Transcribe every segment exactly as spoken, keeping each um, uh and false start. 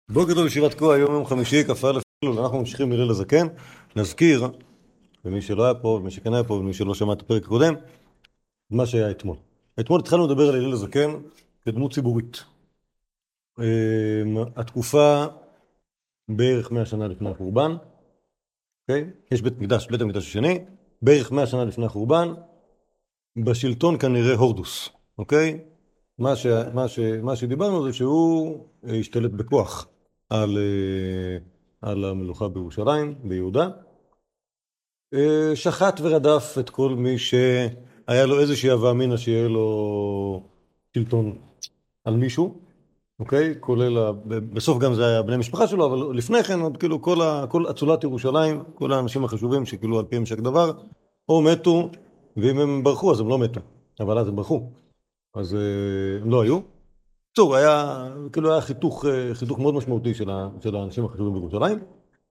בוקר טוב ישיבת תקוע, היום יום חמישי, כ"א אלול, אנחנו ממשיכים מליל הזקן. נזכיר, למי שלא היה פה, ומי שכן היה פה, ומי שלא שמע את הפרק הקודם, מה שהיה אתמול. אתמול התחלנו לדבר על ליל הזקן כדמות ציבורית. אמ, התקופה בערך מאה שנה לפני החורבן, אוקיי? יש בית מקדש, בית המקדש השני, בערך מאה שנה לפני החורבן, בשלטון כנראה הורדוס, אוקיי? מה ש, מה ש, מה שדיברנו זה שהוא אה, השתלט בכוח על, אה, על המלוכה בירושלים, ביהודה. אה, שחט ורדף את כל מי שהיה לו איזושהי הווה אמינא שיהיה לו שלטון על מישהו, אוקיי? כולל, ה- ב- בסוף גם זה היה בני משפחה שלו, אבל לפני כן עוד כאילו כל, ה, כל אצולת ירושלים, כל האנשים החשובים שכאילו על פיהם שק דבר, או מתו, ואם הם ברחו אז הם לא מתו, אבל אז הם ברחו, אז אה, הם לא היו. בקיצור, היה, כאילו היה חיתוך, אה, חיתוך מאוד משמעותי של, ה, של האנשים החשובים בירושלים,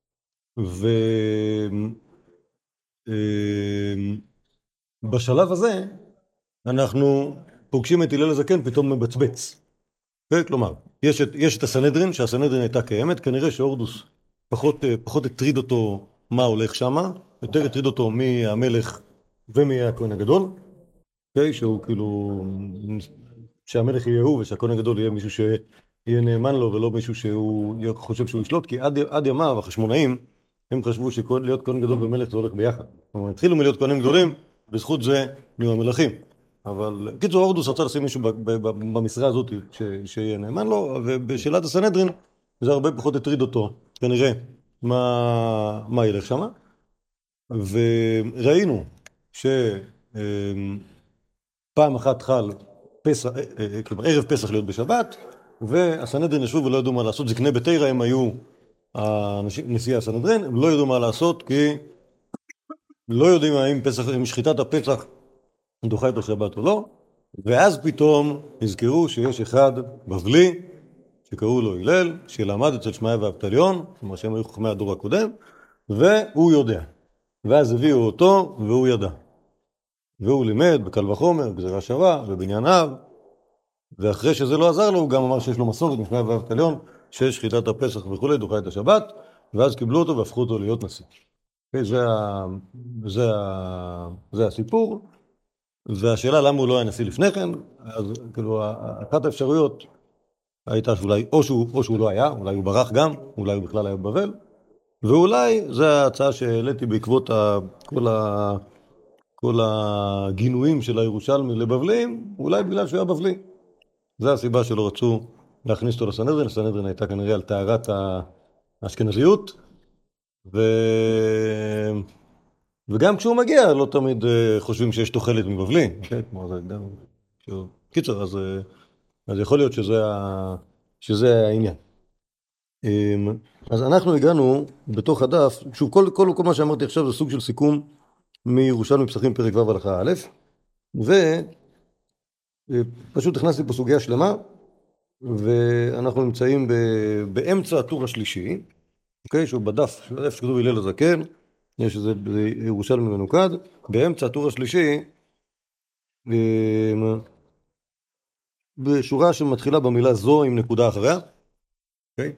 ובשלב הזה אנחנו פוגשים את הלל הזקן פתאום מבצבץ. כן? כלומר, יש את, יש את הסנהדרין, שהסנהדרין הייתה קיימת, כנראה שהורדוס פחות, אה, פחות הטריד אותו מה הולך שמה, יותר הטריד אותו מי המלך ומי הכהן הגדול, כן? שהוא כאילו, שהמלך יהיה הוא ושהכהן הגדול יהיה מישהו שיהיה נאמן לו ולא מישהו שהוא חושב שהוא ישלוט, כי עד, עד ימיו החשמונאים הם חשבו שלהיות כהן גדול ומלך זה הולך ביחד. כלומר, התחילו מלהיות כהנים גדולים, בזכות זה נהיו המלכים. אבל קיצור, הורדוס רצה לשים מישהו ב- ב- ב- במשרה הזאת ש- שיהיה נאמן לו, ובשאלת הסנהדרין זה הרבה פחות הטריד אותו, כנראה, מה, מה ילך שמה. וראינו שפעם אחת חל פסח, אה, אה, כלומר ערב פסח להיות בשבת, והסנהדרין ישבו ולא ידעו מה לעשות. זקני ביתירא הם היו האנשים- נשיאי הסנהדרין, הם לא ידעו מה לעשות כי לא יודעים האם פסח, אם שחיטת הפסח דוחה את השבת או לא, ואז פתאום נזכרו שיש אחד בבלי שקראו לו הלל, שלמד אצל שמעיה ואבטליון, כלומר שהם היו חכמי הדור הקודם, והוא יודע. ואז הביאו אותו והוא ידע. והוא לימד בקל וחומר, גזירה שווה, בבניין אב, ואחרי שזה לא עזר לו, הוא גם אמר שיש לו מסורת משמעיה ואבטליון, ששחיטת הפסח וכולי דוחה את השבת, ואז קיבלו אותו והפכו אותו להיות נשיא. זה, ה... זה, ה... זה הסיפור. והשאלה למה הוא לא היה נשיא לפני כן, אז כאילו אחת האפשרויות הייתה שאולי או שהוא, או שהוא לא היה, אולי הוא ברח גם, אולי הוא בכלל היה בבבל, ואולי זו ההצעה שהעליתי בעקבות ה, כל, ה, כל הגינויים של הירושלמי לבבלים, אולי בגלל שהוא היה בבלי. זו הסיבה שלא רצו להכניס אותו לסנהדרין. הסנהדרין הייתה כנראה על טהרת האשכנזיות, ו... וגם כשהוא מגיע לא תמיד אה, חושבים שיש תוחלת מבבלי. כן, כמו זה גם... שהוא- קיצר, אז, אה, אז יכול להיות שזה, ה... שזה העניין. אמ, אז אנחנו הגענו בתוך הדף, שוב, כל, כל, כל מה שאמרתי עכשיו זה סוג של סיכום מירושלמי פסחים פרק ו' הלכה א', ופשוט הכנסתי פה סוגיה שלמה, ואנחנו נמצאים ב... באמצע הטור השלישי, אוקיי, שהוא בדף, בדף שכתוב הלל הזקן, יש איזה ירושלמי מנוקד, באמצע הטור השלישי, אמ, בשורה שמתחילה במילה זו עם נקודה אחריה, אוקיי?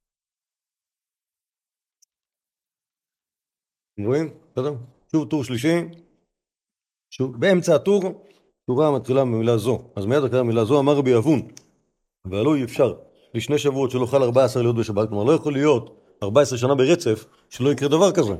אתם רואים? בסדר? שוב טור שלישי, שוב, באמצע הטור, שורה מתחילה במילה זו. אז מיד אחרי המילה זו אמר רבי אבון, והלא אי אפשר, לשני שבועות שלא חל ארבע עשרה להיות בשבת, כלומר לא יכול להיות ארבע עשרה שנה ברצף שלא יקרה דבר כזה,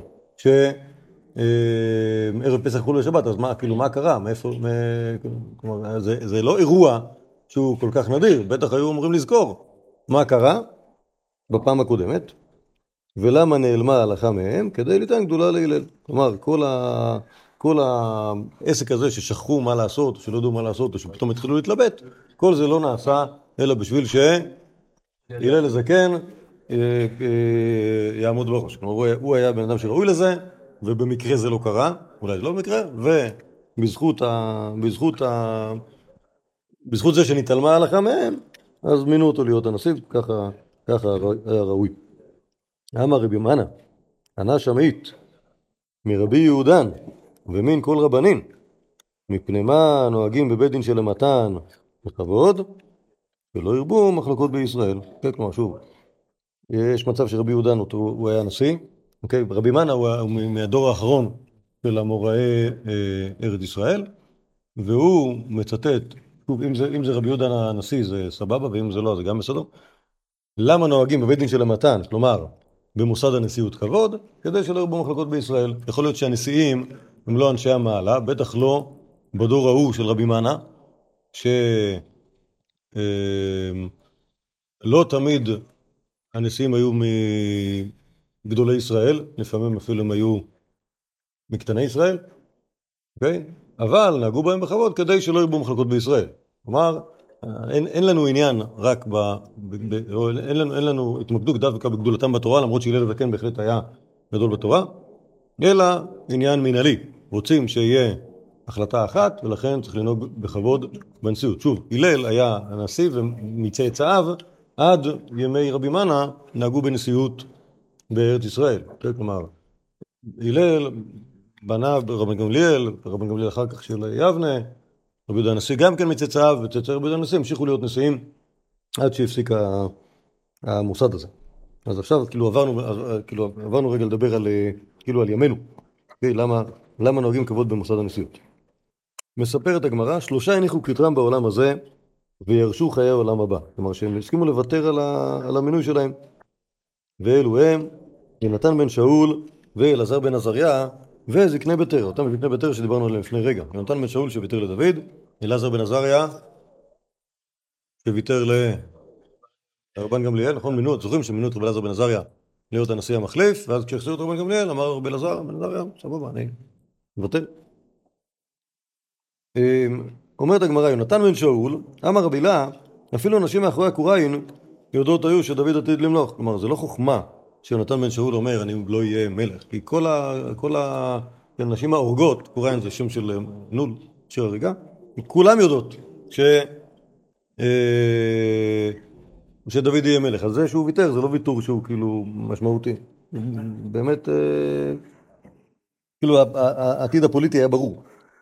שערב פסח חול לשבת, אז מה, כאילו, מה קרה? מאיפה, מ... כלומר, זה, זה לא אירוע שהוא כל כך נדיר, בטח היו אמורים לזכור מה קרה בפעם הקודמת, ולמה נעלמה ההלכה מהם? כדי ליתן גדולה להלל. כלומר, כל, ה... כל העסק הזה ששכחו מה לעשות, שלא ידעו מה לעשות, או שפתאום התחילו להתלבט, כל זה לא נעשה, אלא בשביל שהלל הזקן אה, אה, יעמוד בראש. כלומר, הוא היה- הוא היה בן אדם שראוי לזה, ובמקרה זה לא קרה, אולי זה לא במקרה, ובזכות ה... בזכות ה... בזכות זה שנתעלמה ההלכה מהם, אז מינו אותו להיות הנשיא, ככה, ככה היה ראוי. אמר רבי יוחנן, ענה שמעית מרבי יהודן ומין כל רבנין, מפני מה נוהגים בבית דין של המתן בכבוד, ולא ירבו מחלוקות בישראל. כן, כלומר, שוב, יש מצב שרבי יהודה הוא, הוא היה נשיא, אוקיי? רבי מנא הוא, הוא מהדור האחרון של אמוראי אה, ארץ ישראל, והוא מצטט, שוב, אם זה, אם זה רבי יהודה הנשיא זה סבבה, ואם זה לא זה גם בסדר. למה נוהגים בבית דין של המתן, כלומר במוסד הנשיאות כבוד, כדי שלא יהיו בו מחלוקות בישראל. יכול להיות שהנשיאים הם לא אנשי המעלה, בטח לא בדור ההוא של רבי מנא, שלא תמיד הנשיאים היו מגדולי ישראל, לפעמים אפילו הם היו מקטני ישראל, אוקיי? אבל נהגו בהם בכבוד כדי שלא יהיו בו מחלוקות בישראל. כלומר, אין, אין לנו עניין רק ב... ב, ב או אין, לנו, אין לנו התמקדות דווקא בגדולתם בתורה, למרות שהלל הזקן בהחלט היה גדול בתורה, אלא עניין מנהלי. רוצים שיהיה החלטה אחת, ולכן צריך לנהוג בכבוד בנשיאות. שוב, הלל היה הנשיא ומצאצאיו עד ימי רבי מנא נהגו בנשיאות בארץ ישראל. כלומר, הלל בנה ברבן גמליאל, רבן גמליאל אחר כך של יבנה, רבי יהודה הנשיא גם כן מצאצאיו, וצאצאי רבי יהודה הנשיא המשיכו להיות נשיאים עד שהפסיק המוסד הזה. אז עכשיו כאילו עברנו, כאילו עברנו רגע לדבר על, כאילו על ימינו. למה, למה נוהגים כבוד במוסד הנשיאות? מספרת הגמרא, שלושה הניחו כתרם בעולם הזה וירשו חיי העולם הבא. כלומר שהם הסכימו לוותר על, ה, על המינוי שלהם. ואלו הם, יונתן בן שאול ואלעזר בן עזריה וזקני בתר, אותם זקני בתר שדיברנו עליהם לפני רגע. יונתן בן שאול שוויתר לדוד, אלעזר בן עזריה שוויתר לרבן גמליאל, נכון? מינו, זוכרים שמינו את רבי אלעזר בן עזריה להיות הנשיא המחליף, ואז כשהחזירו את רבן גמליאל אמר רבי אלעזר בן עזריה, סבבה, אני מוותר. אומרת הגמרא, יונתן בן שאול, אמר רבי לה, אפילו נשים מאחורי הקוראין יודעות היו שדוד עתיד למלוך. כלומר, זה לא חוכמה שיונתן בן שאול אומר, אני לא אהיה מלך. כי כל, ה, כל הנשים ההורגות, קוראין זה שם של נול, שיר הריגה, כולם יודעות ש, אה, שדוד יהיה מלך. אז זה שהוא ויתר, זה לא ויתור שהוא כאילו משמעותי. באמת, אה, כאילו העתיד הפוליטי היה ברור.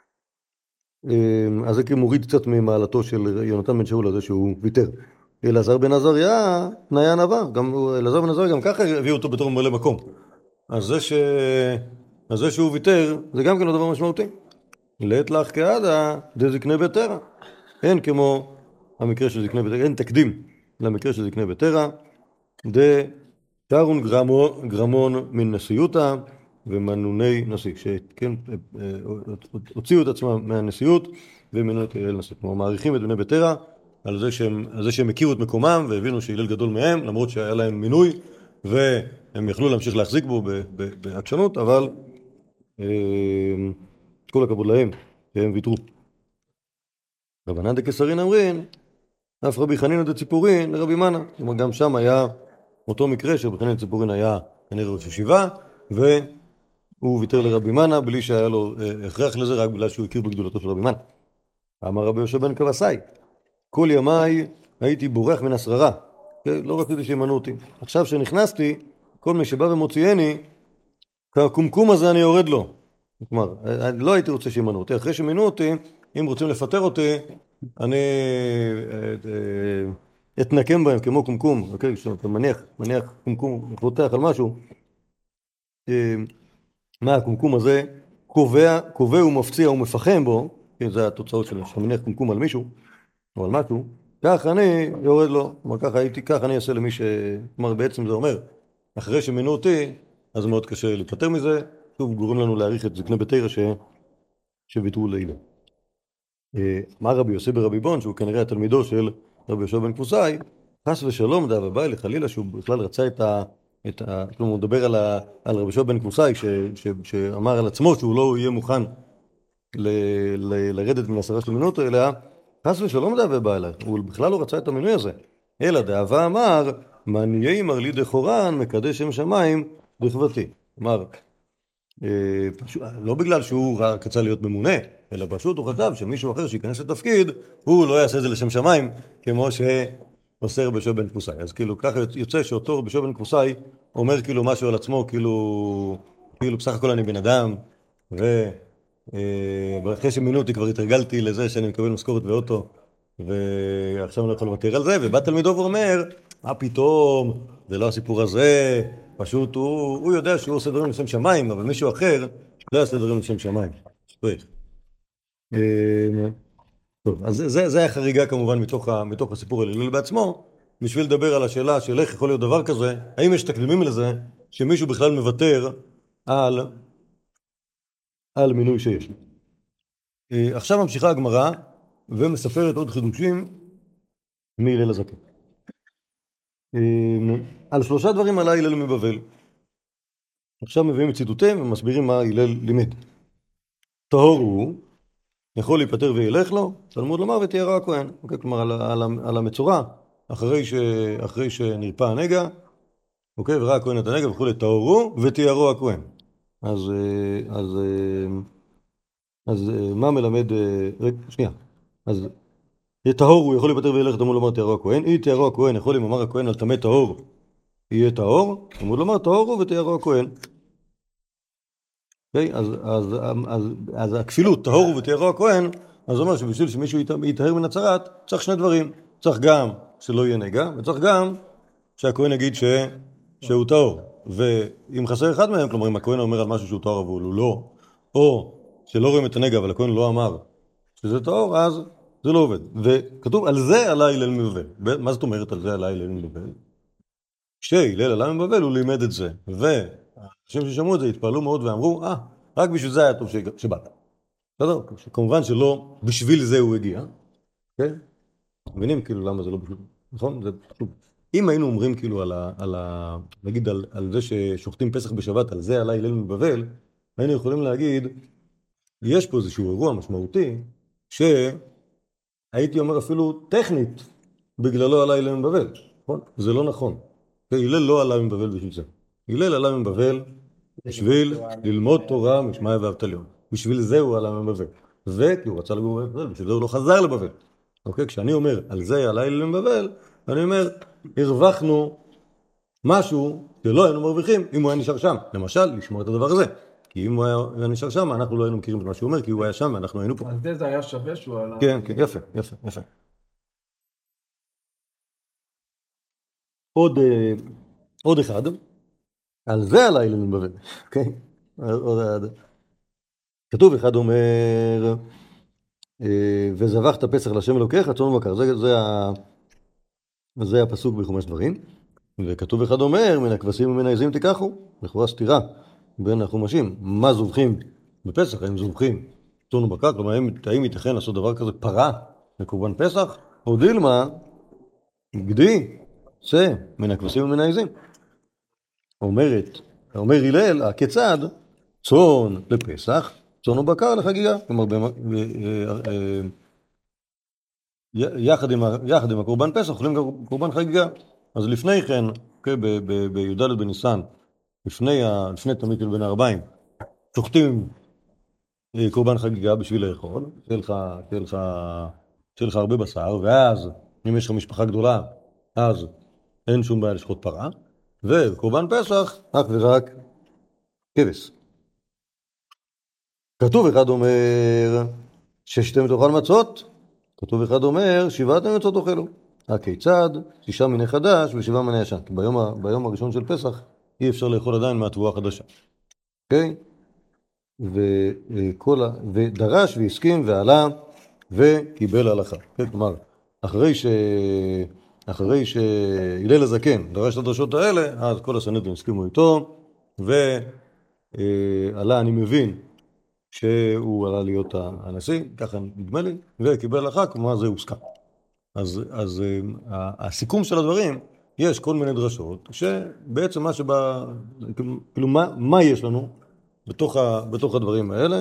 אז זה כאילו מוריד קצת ממעלתו של יונתן בן שאול הזה שהוא ויתר. אלעזר בן עזריה תנאי ענווה, גם אלעזר בן עזריה גם ככה הביאו אותו בתור ממלא מקום. אז זה, ש... אז זה שהוא ויתר זה גם כן לא דבר משמעותי. לעת לך כעדה דזקני בתרא. אין כמו המקרה של זקני בתרא, אין תקדים למקרה של זקני בתרא. דשרון גרמון, גרמון מן נשיאותה ומנוני נשיא, שכן הוציאו את עצמם מהנשיאות ומינו את הלל נשיא. כלומר, מעריכים את בני בתרא על זה שהם, על זה שהם הכירו את מקומם והבינו שהלל גדול מהם, למרות שהיה להם מינוי והם יכלו להמשיך להחזיק בו בעקשנות, אבל כל הכבוד להם, שהם ויתרו. רבנן דקסרין אמרין, אף רבי חנינא דציפורין לרבי מנא. כלומר, גם שם היה אותו מקרה שרבי חנינא דציפורין היה כנראה ראש ישיבה, והוא ויתר לרבי מנא בלי שהיה לו הכרח לזה, רק בגלל שהוא הכיר בגדולתו של רבי מנא. אמר רבי יהושע בן קבסאי, כל ימיי הייתי בורח מן השררה, לא רציתי שימנו אותי. עכשיו שנכנסתי, כל מי שבא ומוציאני, כקומקום הזה אני יורד לו. כלומר, לא הייתי רוצה שימנו אותי. אחרי שמינו אותי, אם רוצים לפטר אותי, אני אתנקם בהם כמו קומקום. אוקיי, כשאתה מניח, מניח קומקום, פותח על משהו. מה הקומקום הזה? קובע, קובע ומפציע ומפחם בו, זה התוצאות שלו, שאתה מניח קומקום על מישהו, או על משהו, כך אני יורד לו. כלומר, ככה הייתי, כך אני אעשה למי ש... כלומר, בעצם זה אומר, אחרי שמינו אותי, אז מאוד קשה להתפטר מזה. שוב, גורם לנו להעריך את זקני בתרא ש... שוויתרו להלל. אמר רבי יוסי ברבי בון, שהוא כנראה התלמידו של רבי יהושע בן קבסאי, חס ושלום דאב אביי לחלילה, שהוא בכלל רצה את ה... את ה... כלומר, הוא מדבר על, ה... על רבי יהושע בן קבסאי, ש... ש... שאמר על עצמו שהוא לא יהיה מוכן ל... ל... לרדת מן השרה של המינוי אליה, חס ושלום דאב אביי, הוא בכלל לא רצה את המינוי הזה, אלא דאבה אמר, מניעי מר לי דחורן, מקדש שם שמיים בכבתי. אמר, לא בגלל שהוא רק רצה להיות ממונה, אלא פשוט הוא חשב שמישהו אחר שיכנס לתפקיד, הוא לא יעשה את זה לשם שמיים, כמו שעושה רבי יהושע בן קבסאי. אז כאילו ככה יוצא שאותו רבי יהושע בן קבסאי אומר כאילו משהו על עצמו, כאילו, כאילו בסך הכל אני בן אדם, ואחרי שמינו אותי כבר התרגלתי לזה שאני מקבל משכורת ואוטו, ועכשיו אני לא יכול לוותר על זה. ובא תלמידו ואומר, מה פתאום, זה לא הסיפור הזה, פשוט הוא, הוא יודע שהוא עושה דברים לשם שמיים, אבל מישהו אחר לא יעשה דברים לשם שמיים. צריך. אה, טוב, אז זה, זה החריגה כמובן מתוך, ה, מתוך הסיפור על הלל בעצמו, בשביל לדבר על השאלה של איך יכול להיות דבר כזה, האם יש תקדימים לזה שמישהו בכלל מוותר על, על מינוי שיש לו. אה, עכשיו ממשיכה הגמרא ומספרת עוד חידושים מהלל הזקן. אה, על שלושה דברים עלה הלל מבבל. עכשיו מביאים את ציטוטיהם ומסבירים מה הלל לימד. טהור הוא, יכול להיפטר וילך לו, תלמוד לומר ותיארה הכהן. אוקיי, כלומר על, על, על המצורע, אחרי, ש, אחרי שנרפא הנגע, אוקיי, וראה הכהן את הנגע וכו', טהור הוא ותיארו הכהן. אז, אז, אז, אז מה מלמד, רגע, שנייה, אז טהור הוא יכול להיפטר וילך, תלמוד לומר תיארו הכהן, אי תיארו הכהן, יכול אם אמר הכהן על טמא טהור, יהיה טהור, תלמוד לומר טהור הוא ותיארו הכהן. אוקיי, אז, אז, אז, אז הכפילות, טהור ותיארו הכהן, אז זה אומר שבשביל שמישהו יטהר מן הצרת, צריך שני דברים. צריך גם שלא יהיה נגע, וצריך גם שהכהן יגיד ש... שהוא טהור. ואם חסר אחד מהם, כלומר אם הכהן אומר על משהו שהוא טהור אבל הוא לא, או שלא רואים את הנגע אבל הכהן לא אמר שזה טהור, אז זה לא עובד. וכתוב על זה עלה הלל מבבל. מה זאת אומרת על זה עלה הלל מבבל? כשהלל עלה מבבל הוא לימד את זה, ואנשים ששמעו את זה התפעלו מאוד ואמרו, אה, רק בשביל זה היה טוב שבאת. בסדר? כמובן שלא בשביל זה הוא הגיע, כן? מבינים כאילו למה זה לא בשביל, נכון? זה פשוט. אם היינו אומרים כאילו על ה... על ה נגיד על, על זה ששוחטים פסח בשבת, על זה עלה הלל מבבל, היינו יכולים להגיד, יש פה איזשהו אירוע משמעותי, שהייתי אומר אפילו טכנית, בגללו עלה הלל מבבל, נכון? זה לא נכון. הלל לא עלה מבבל בשביל זה. הלל עלה מבבל בשביל ללמוד תורה משמעיה ואבטליון. בשביל זה הוא עלה מבבל. וכי הוא רצה לגור בבבל, בשביל זה הוא לא חזר לבבל. אוקיי? כשאני אומר על זה עלה הלל מבבל, אני אומר, הרווחנו משהו שלא היינו מרוויחים אם הוא היה נשאר שם. למשל, לשמור את הדבר הזה. כי אם הוא היה נשאר שם, אנחנו לא היינו מכירים את מה שהוא אומר, כי הוא היה שם ואנחנו היינו פה. אז זה זה היה שווה שהוא עלה. כן, כן, יפה, יפה, יפה. עוד, עוד אחד, על זה עלה הלל מבבל, אוקיי? עוד אחד. כתוב אחד אומר, וזבחת פסח להשם אלוקיך, צאן ובקר. זה, זה, זה הפסוק בחומש דברים. וכתוב אחד אומר, מן הכבשים ומן העזים תיקחו, לכאורה סתירה בין החומשים. מה זובחים בפסח? האם זובחים צאן ובקר? כלומר, האם, האם ייתכן לעשות דבר כזה פרה לקורבן פסח? או דילמה, גדי, צא מן הכבשים ומן העזים. אומרת, אומר הלל, הכיצד? צאן לפסח, צאן ובקר לחגיגה. כלומר, יחד עם, יחד עם הקורבן פסח, אוכלים גם קורבן חגיגה. אז לפני כן, בי"ד בניסן, לפני, לפני תמיד בין הארבעים, שוחטים קורבן חגיגה בשביל לאכול, שיהיה לך, שיהיה לך, שיהיה לך הרבה בשר, ואז, אם יש לך משפחה גדולה, אז אין שום בעיה לשחוט פרה, וקורבן פסח, רק ורק כבש. כתוב אחד אומר, ששתם תאכל מצות, כתוב אחד אומר, שבעת מצות תאכלו. הכיצד? שישה מיני חדש ושבעה מיני ישן. כי ביום, ביום הראשון של פסח אי אפשר לאכול עדיין מהתבואה החדשה. אוקיי? וכל, ודרש והסכים ועלה וקיבל הלכה. כן? כלומר, אחרי ש... אחרי שהלל הזקן דרש את הדרשות האלה, אז כל הסנהדרין הסכימו איתו, ועלה, אני מבין, שהוא עלה להיות הנשיא, ככה נדמה לי, וקיבל הלכה, כלומר זה הוסכם. אז, אז הסיכום של הדברים, יש כל מיני דרשות, שבעצם מה שבא, כאילו מה, מה יש לנו בתוך, ה, בתוך הדברים האלה,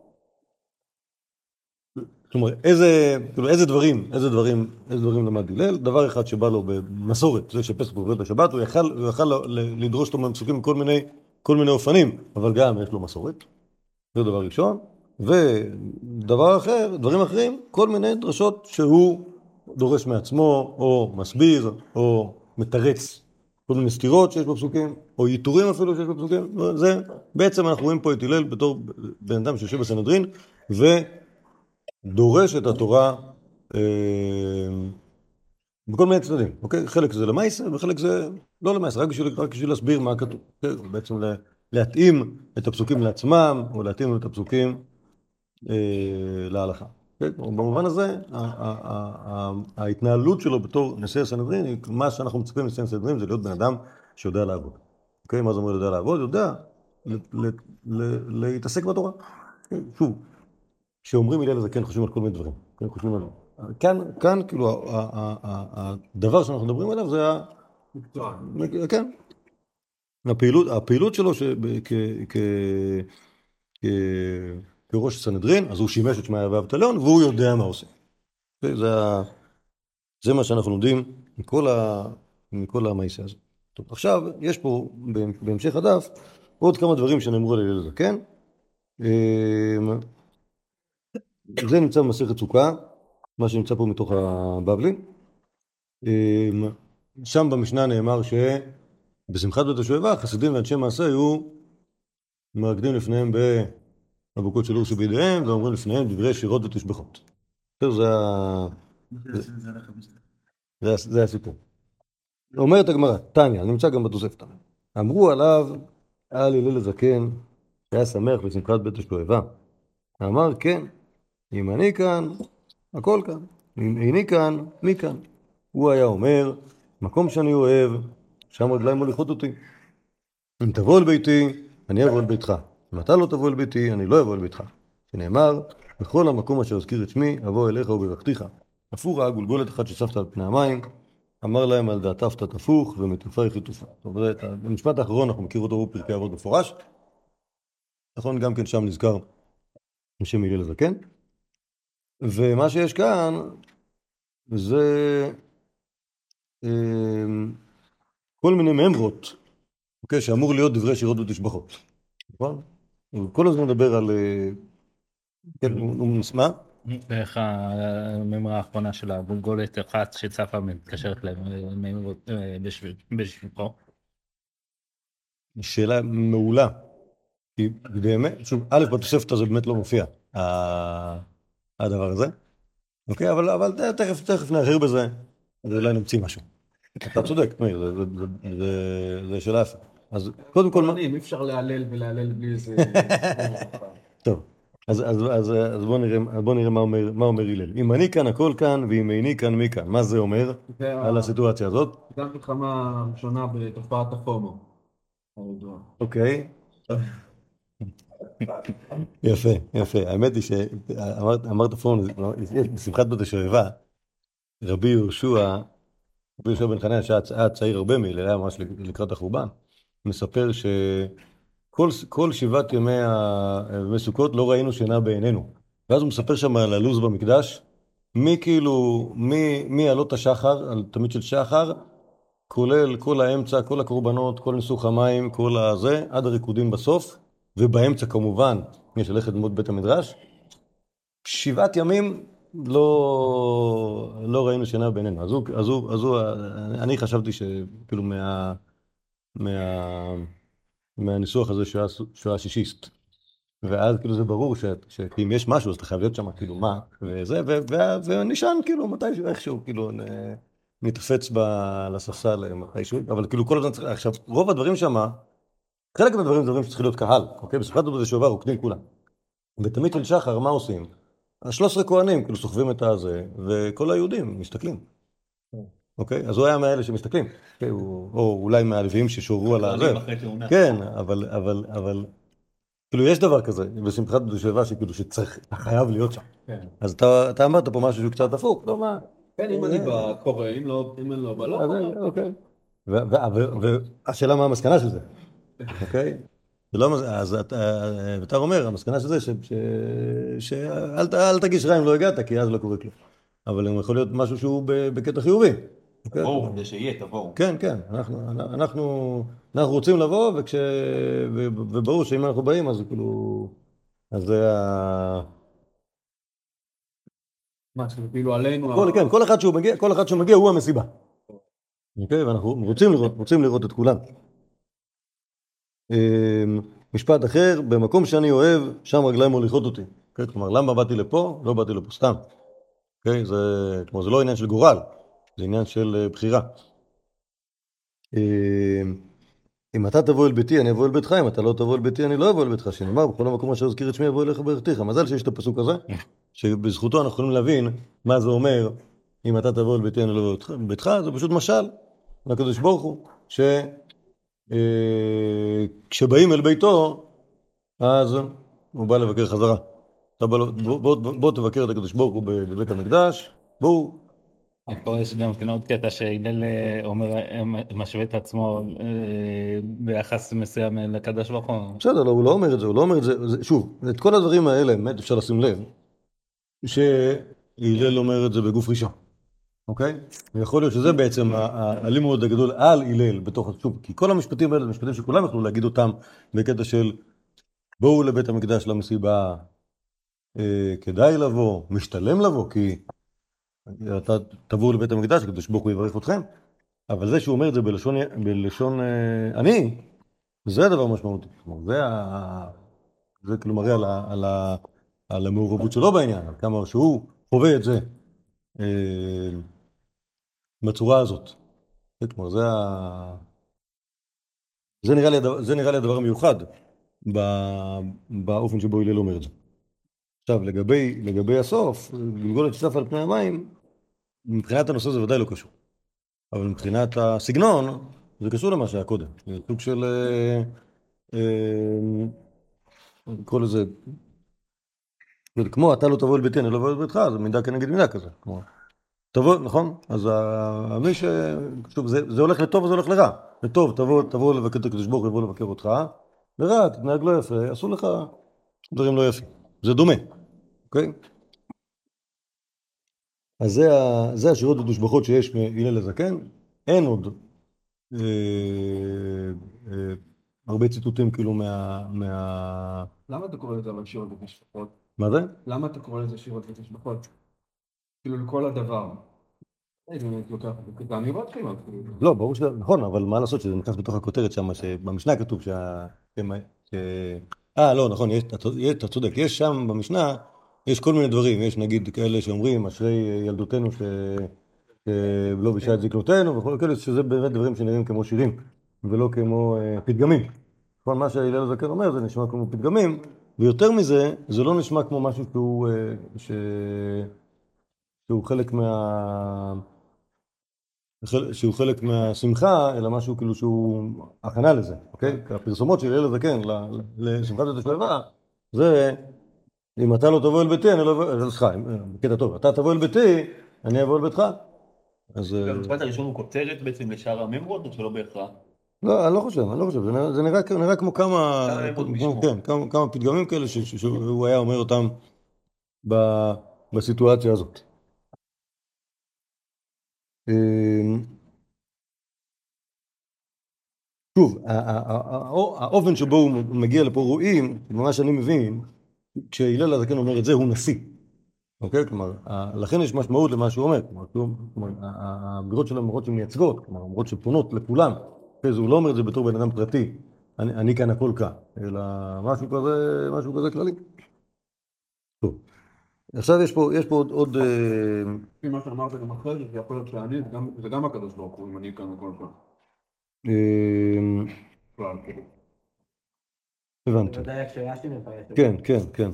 כלומר, איזה, כאילו, איזה דברים, איזה דברים, איזה דברים למד הלל, דבר אחד שבא לו במסורת, זה שפסח עובר בשבת, הוא יכל, הוא יכל לדרוש אותו מהפסוקים כל מיני, כל מיני אופנים, אבל גם יש לו מסורת, זה דבר ראשון, ודבר אחר, דברים אחרים, כל מיני דרשות שהוא דורש מעצמו, או מסביר, או מתרץ, כל מיני סתירות שיש בפסוקים, או ייתורים אפילו שיש בפסוקים, זה, בעצם אנחנו רואים פה את הלל בתור בן אדם שיושב בסנהדרין, ו... דורש את התורה, בכל מיני צדדים, אוקיי? חלק זה למעשה וחלק זה לא למעשה, רק בשביל, רק בשביל להסביר מה כתוב. אוקיי? בעצם לה, להתאים את הפסוקים לעצמם, או להתאים את הפסוקים אה, להלכה. אוקיי? במובן הזה, ה- ה- ה- ה- ההתנהלות שלו בתור נשיא הסנהדרין, היא- מה שאנחנו מצפים מנשיא הסנהדרין זה להיות בן אדם שיודע לעבוד. אוקיי? מה זה אומר יודע לעבוד? יודע ל- ל- ל- להתעסק בתורה. אוקיי? שוב, כשאומרים הלל הזקן חושבים על כל מיני דברים. כן, חושבים על... כאן, כאן, כאילו, ה- ה- ה- הדבר שאנחנו מדברים עליו זה ה... מקצוע. כן, הפעילות, הפעילות שלו ש... כ... כ... כ... כראש הסנהדרין, אז הוא שימש את שמעיה ואבטליון, והוא יודע מה עושה. זה, זה, ה... זה מה שאנחנו לומדים מכל, ה... מכל המעשה הזה. טוב, עכשיו, יש פה, בהמשך הדף, עוד כמה דברים שנאמרו על הלל הזקן. אמ, זה נמצא במסכת סוכה, מה שנמצא פה מתוך הבבלי. אמ, שם במשנה נאמר שבשמחת בית השואבה, חסידים ואנשי מעשה היו מרקדים לפניהם באבוקות של אור שבידיהם, ואומרים לפניהם דברי שירות ותשבחות. זה, זה, ה- זה, זה הסיפור. אומרת הגמרא, תניא, נמצא גם בתוספתא. אמרו עליו, על הלל הזקן, שהיה שמח בשמחת בית השואבה. אמר, כן, אם אני כאן, הכל כאן. אם איני כאן, מי כאן? הוא היה אומר, מקום שאני אוהב, שם רגליים מוליכות אותי. אם תבוא אל ביתי, אני אבוא אל ביתך. אם אתה לא תבוא אל ביתי, אני לא אבוא אל ביתך. שנאמר, בכל המקום אשר אזכיר את שמי, אבוא אליך וברכתיך. תפור ראה גולגולת אחת שצפת על פני המים, אמר להם על דעתיו תתפוך ומטופה היא חיטופה. טוב, זה, את המשפט האחרון אנחנו מכיר אותו בפרקי אבות מפורש. נכון, גם כן שם נזכר השם הלל הזקן. ומה שיש כאן זה אמ, כל מיני ממרות, אוקיי, שאמור להיות דברי שירות ותשבחות. נכון? הוא כל הזמן מדבר על... אה, כן, הוא הוא נשמע? ואיך הממרה האחרונה של הגולגולת אחת שצפה מתקשרת למימרות בשבילכו? שאלה מעולה. כי באמת, שוב, א', בתוספת הזה באמת לא מופיע ה- הדבר הזה. אוקיי, אבל, אבל תכף, תכף נערער בזה, אז אולי נמציא משהו. אתה צודק, מאיר, זה, זה, זה, זה, זה שאלה יפה. אז קודם כל... מה- אי אפשר להלל ולהלל בלי איזה... טוב, אז, אז, אז, אז בוא נראה, בוא נראה מה אומר, מה אומר הלל. אם אני כאן, הכל כאן, ואם איני כאן, מי כאן? מה זה אומר זה ה- על הסיטואציה הזאת? זה המלחמה הראשונה בתופעת הפומו. הידועה. אוקיי. יפה, יפה. האמת היא שאמרת פורום, בשמחת בית השואבה, רבי יהושע, רבי יהושע בן חנניה, שהיה צעיר הרבה מהלל, היה ממש לקראת החורבן, מספר שכל כל שבעת ימי ה- ימי סוכות לא ראינו שינה בעינינו. ואז הוא מספר שם על הלו"ז במקדש, מי כאילו, מי, מי עלות השחר, על תמיד של שחר, כולל כל האמצע, כל הקורבנות, כל ניסוך המים, כל הזה, עד הריקודים בסוף, ובאמצע כמובן, יש ללכת ללמוד בית המדרש. שבעת ימים לא, לא ראינו שינה בעינינו. אז הוא, אז הוא, אז הוא, אני חשבתי שכאילו מה, מה, מהניסוח הזה שהוא היה שהוא היה שישיסט. ואז כאילו זה ברור ש- שאם יש משהו אז אתה חייב להיות שם כאילו מה, וזה, ו- ו- ונשען כאילו מתישהו איכשהו כאילו נ- נתפץ ב- לספסל מתישהו, אבל כאילו כל הזמן צריך, עכשיו רוב הדברים שם, חלק מהדברים זה דברים שצריכים להיות קהל, אוקיי? בשמחת בית השואבה רוקדים כולם. ותמיד של שחר מה עושים? השלוש עשרה כהנים כאילו סוחבים את הזה, וכל היהודים מסתכלים. אוקיי? אז הוא היה מאלה שמסתכלים. אוקיי? הוא- או אולי מהלוויים ששורו על הזה. כן, אבל, אבל, אבל, כאילו יש דבר כזה, בשמחת בית השואבה שכאילו שצריך, אתה חייב להיות שם. כן. אז אתה, אתה אמרת פה משהו שהוא קצת דפוק, לא מה? כן, אם אני בקורא, אם לא, אם אני לא בא, לא. אז, אוקיי. ו- ו- ו- והשאלה מה המסקנה של זה, אוקיי? זה לא, מס- אז אתה, אתה אומר, המסקנה של זה, ש- ש- שאל ת- אל תגיש רע אם לא הגעת, כי אז לא קורה כלום. אבל הוא יכול להיות משהו שהוא ב- בקטע חיובי. אוקיי? תבואו, כדי שיהיה, תבואו. כן, כן, אנחנו, אנחנו, אנחנו רוצים לבוא, וכש, ו- וברור שאם אנחנו באים, אז כאילו, אז זה ה... מה, שזה כאילו עלינו... כל, כן, כל אחד שהוא מגיע, כל אחד שהוא מגיע הוא המסיבה. אוקיי, ואנחנו רוצים לראות, רוצים לראות את כולם. אמ, משפט אחר, במקום שאני אוהב, שם רגליים מוליכות אותי. אוקיי, כלומר, למה באתי לפה? לא באתי לפה סתם. אוקיי, זה, כלומר, זה לא עניין של גורל. זה עניין של אה, בחירה. אה, אם אתה תבוא אל ביתי, אני אבוא אל ביתך, אם אתה לא תבוא אל ביתי, אני לא אבוא אל ביתך, שנאמר, בכל המקום אשר אזכיר את שמי אבוא אליך ברכתיך. מזל שיש את הפסוק הזה, שבזכותו אנחנו יכולים להבין מה זה אומר, אם אתה תבוא אל ביתי, אני לא אבוא אל ביתך, זה פשוט משל, לקדוש ברוך הוא, שכשבאים אל ביתו, אז הוא בא לבקר חזרה. אתה בא לו, בוא, בוא, בוא תבקר את הקדוש ברוך הוא בבית המקדש, בואו. פה יש גם כן עוד קטע שהלל אה, אומר, אה, משווה את עצמו אה, ביחס מסוים לקדוש ברוך הוא. בסדר, לא, הוא לא אומר את זה, הוא לא אומר את זה, זה שוב, את כל הדברים האלה, באמת אפשר לשים לב, שהלל אומר את זה בגוף ראשון, אוקיי? ויכול להיות שזה בעצם ה- ה- הלימוד הגדול על הלל בתוך, שוב, כי כל המשפטים האלה, זה משפטים שכולם יכלו להגיד אותם בקטע של בואו לבית המקדש למסיבה, אה, כדאי לבוא, משתלם לבוא, כי אתה תבואו לבית המקדש, הקדוש ברוך הוא יברך אתכם, אבל זה שהוא אומר את זה בלשון, בלשון אה, אני, זה הדבר משמעותי. כלומר, זה, ה... זה כאילו מראה על, ה... על, ה... על המעורבות שלו בעניין, על כמה שהוא חווה את זה אה, בצורה הזאת. כלומר, זה, ה... זה, נראה לי הדבר, זה נראה לי הדבר המיוחד ב... באופן שבו הלל אומר את זה. עכשיו, לגבי, לגבי הסוף, גולגולת שצף על פני המים, מבחינת הנושא זה ודאי לא קשור. אבל מבחינת הסגנון, זה קשור למה שהיה קודם. זה סוג של... אה, אה, נקרא לזה, כמו אתה לא תבוא אל ביתי, אני לא אבוא אל ביתך, זה מידה כנגד מידה כזה. כמו, תבוא, נכון? אז ה- מי ש... שוב, זה, זה הולך לטוב וזה הולך לרע. לטוב, תבוא, תבוא לבקר את הקדוש ברוך הוא, יבוא לבקר אותך, לרע, תתנהג לא יפה, עשו לך דברים לא יפים. זה דומה, אוקיי? אז זה, ה- זה השירות ודושבחות שיש מהלל הזקן. אין עוד אה, אה, הרבה ציטוטים כאילו מה... מה... למה אתה קורא לזה אבל שירות ותשבחות? מה זה? למה אתה קורא לזה שירות ותשבחות? כאילו לכל הדבר. אני באמת לוקח את זה, זה אמירות כאילו. לא, ברור שזה נכון, אבל מה לעשות שזה נכנס בתוך הכותרת שם, שבמשנה כתוב שה... ש... אה, לא, נכון, יש, אתה צודק, אתה צודק, יש שם במשנה, יש כל מיני דברים, יש נגיד כאלה שאומרים, אשרי ילדותנו ש... שלא בישה את זקנותינו, וכל כאלה, שזה באמת דברים שנראים כמו שירים, ולא כמו אה, פתגמים. נכון, מה שהלל הזקן אומר זה נשמע כמו פתגמים, ויותר מזה, זה לא נשמע כמו משהו שהוא, אה, ש... שהוא חלק מה... שהוא חלק מהשמחה, אלא משהו כאילו שהוא הכנה לזה, אוקיי? כי הפרסומות של הלל הזקן ל- ל- לשמחת התשלבה, זה אם אתה לא תבוא אל ביתי, אני לא אבוא, סליחה, בקטע טוב, אתה תבוא אל ביתי, אני אבוא אל ביתך. אז... אה, המשפט הראשון הוא כותרת בעצם לשאר הממרות, או שלא בהכרח? לא, אני לא חושב, אני לא חושב, זה נראה, זה נראה, נראה כמו כמה, כמה ממרות כמו- בשמו. כן, כמה, כמה פתגמים כאלה ש- ש- שהוא היה אומר אותם ב- בסיטואציה הזאת. אה, שוב, ה- ה- ה- ה- האופן שבו הוא מגיע לפה רואים, ממה שאני מבין, כשהלל הזקן אומר את זה, הוא נשיא. אוקיי? כלומר, ה- לכן יש משמעות למה שהוא אומר. כלומר, כלום- כלומר, ה- ה- האמירות שלו הן אמירות שמייצגות, כלומר, אמירות שפונות לכולם. אוקיי? אז הוא לא אומר את זה בתור בן אדם פרטי, אני, אני כאן הכל כאן, אלא משהו כזה, משהו כזה כללי. טוב, עכשיו יש פה, יש פה עוד, עוד אה, לפי מה שאמרת גם אחרי זה, זה יכול להיות שאני, זה גם- זה גם הקדוש ברוך הוא, אם אני כאן הכל כאן. אה, בכלל, כאילו. הבנתי. ודאי הקריאה שלי מפרשת. כן, כן, כן.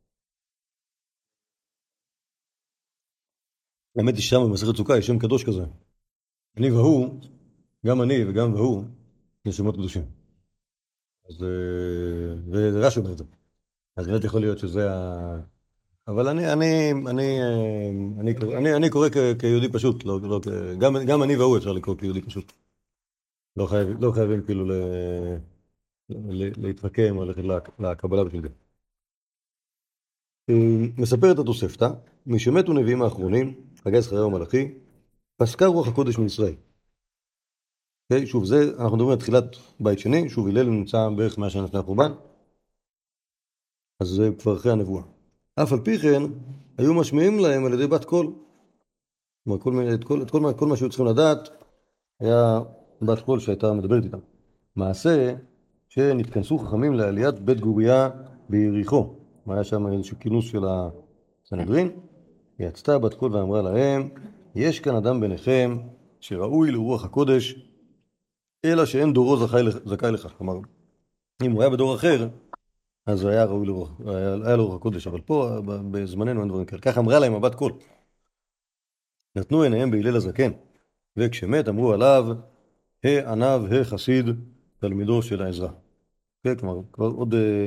האמת היא שם במסכת סוכה יש שם קדוש כזה. אני והוא, גם אני וגם והוא, זה שמות קדושים. אז, אה, ורש"י אומר את זה. אז באמת יכול להיות שזה ה... אבל אני, אני, אני, אה, אני, קורא- אני, אני קורא כ- כיהודי פשוט, לא, לא, כ- גם, גם אני והוא אפשר לקרוא כיהודי פשוט. לא חייבים, לא חייבים כאילו ל, ל, להתחכם או ללכת לה- לקבלה בשביל זה. אה, מספרת התוספתא, משמתו נביאים האחרונים, חגי זכריה ומלאכי, פסקה רוח הקודש מישראל. אוקיי, שוב, זה, אנחנו מדברים על תחילת בית שני, שוב, הלל נמצא בערך מאה שנה לפני החורבן, אז זה כבר אחרי הנבואה. אף על פי כן, היו משמיעים להם על ידי בת קול. כלומר, כל, מיני- את, כל, את כל, מה- כל מה שהיו צריכים לדעת, היה בת קול שהייתה מדברת איתם. מעשה שנתכנסו חכמים לעליית בית גוריה ביריחו. היה שם איזשהו כינוס של הסנהדרין, היא יצתה בת קול ואמרה להם, יש כאן אדם ביניכם שראוי לרוח הקודש, אלא שאין דורו זכאי, זכאי לכך. כלומר, אם הוא היה בדור אחר, אז הוא היה ראוי לרוח, היה, היה לו רוח הקודש, אבל פה בזמננו אין דברים כאלה. כך אמרה להם הבת קול. נתנו עיניהם בהלל הזקן, וכשמת אמרו עליו, הענב החסיד תלמידו של העזרא. כן, כלומר, כבר עוד אה,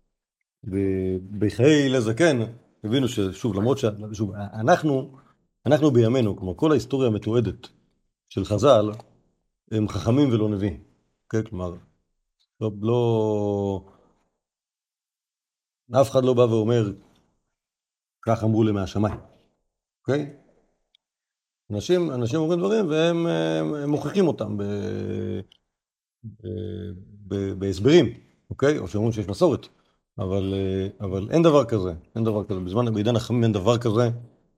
בחיי הלל הזקן, הבינו ששוב, למרות ששוב, אנחנו, אנחנו בימינו, כלומר, כל ההיסטוריה המתועדת של חז"ל, הם חכמים ולא נביאים. כן, כלומר, לא, לא, אף אחד לא בא ואומר, כך אמרו לי מהשמיים. אוקיי? אנשים, אנשים אומרים דברים והם הם, הם מוכיחים אותם ב, ב, ב, בהסברים, אוקיי? או שאומרים שיש מסורת. אבל, אבל אין דבר כזה, אין דבר כזה. בזמן, בעידן החכמים אין דבר כזה,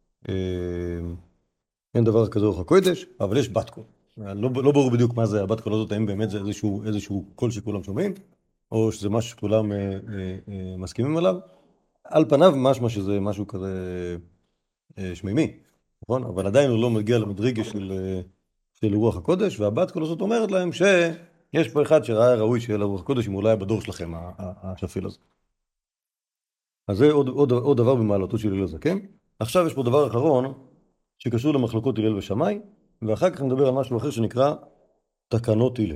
אין דבר כזה רוח הקודש, אבל יש בת קול. לא, לא ברור בדיוק מה זה הבת קול הזאת, האם באמת זה איזשהו, איזשהו קול שכולם שומעים, או שזה משהו שכולם אה, אה, אה, מסכימים עליו. על פניו משמע שזה משהו כזה אה, שמימי, נכון? אבל עדיין הוא לא מגיע למדרגה של, אה, של רוח הקודש, והבת קול הזאת אומרת להם שיש פה אחד שראה ראוי שיהיה לרוח הקודש, אם אולי בדור שלכם, השפיל הזה. אז זה עוד, עוד, עוד דבר במעלתו של הלל הזקן. עכשיו יש פה דבר אחרון, שקשור למחלוקות הלל ושמאי, ואחר כך נדבר על משהו אחר שנקרא תקנות הלל.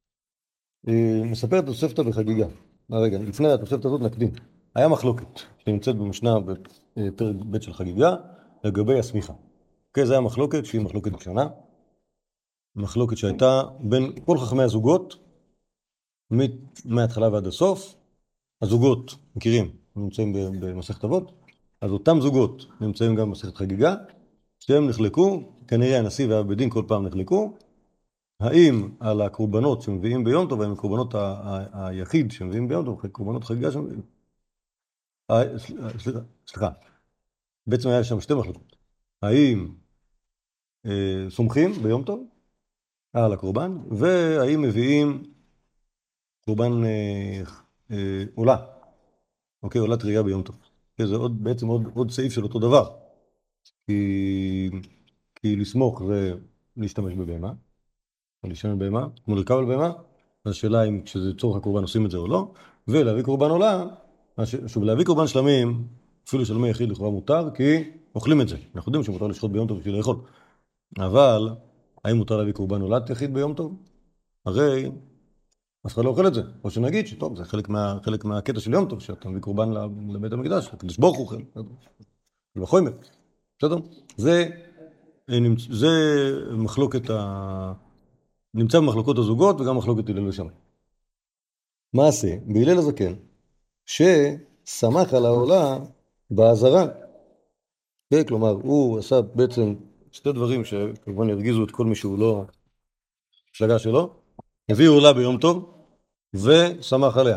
מספר תוספתא בחגיגה. רגע, לפני התוספתא הזאת נקדים. היה מחלוקת שנמצאת במשנה בפרק ב' של חגיגה לגבי הסמיכה. אוקיי, זה היה מחלוקת שהיא מחלוקת ראשונה. מחלוקת שהייתה בין כל חכמי הזוגות, מההתחלה ועד הסוף. הזוגות, מכירים, נמצאים במסכת אבות, אז אותם זוגות נמצאים גם במסכת חגיגה, שהם נחלקו, כנראה הנשיא והבית דין כל פעם נחלקו, האם על הקורבנות שמביאים ביום טוב, האם הקורבנות היחיד שמביאים ביום טוב, קורבנות חגיגה שמביאים. סליחה, סליחה, בעצם היה שם שתי מחלקות. האם אה, סומכים ביום טוב על הקורבן, והאם מביאים קורבן אה, אה, עולה, אוקיי, עולת ראייה ביום טוב. זה עוד, בעצם עוד, עוד סעיף של אותו דבר. כי, כי לסמוך זה להשתמש בבהמה, או להשתמש בבהמה, כמו לרכב על בהמה, אז השאלה אם כשזה צורך הקורבן עושים את זה או לא, ולהביא קורבן עולה, שוב, להביא קורבן שלמים, אפילו שלמי יחיד לכאורה מותר, כי אוכלים את זה. אנחנו יודעים שמותר לשחוט ביום טוב בשביל לאכול. אבל, האם מותר להביא קורבן עולת יחיד ביום טוב? הרי אף אחד לא אוכל את זה. או שנגיד שטוב, זה חלק, מה, חלק מהקטע של יום טוב, שאתה מביא קורבן לבית המקדש, הקדוש ברוך הוא אוכל. ובחומר. בסדר? זה, זה מחלוקת ה... נמצא במחלוקות הזוגות וגם מחלוקת הלל ושמאי. מה עשה? בהלל הזקן, ששמח על העולה באזהרה. כלומר, הוא עשה בעצם שתי דברים שכמובן ירגיזו את כל מי שהוא לא מפלגה שלו. הביא עולה ביום טוב ושמח עליה.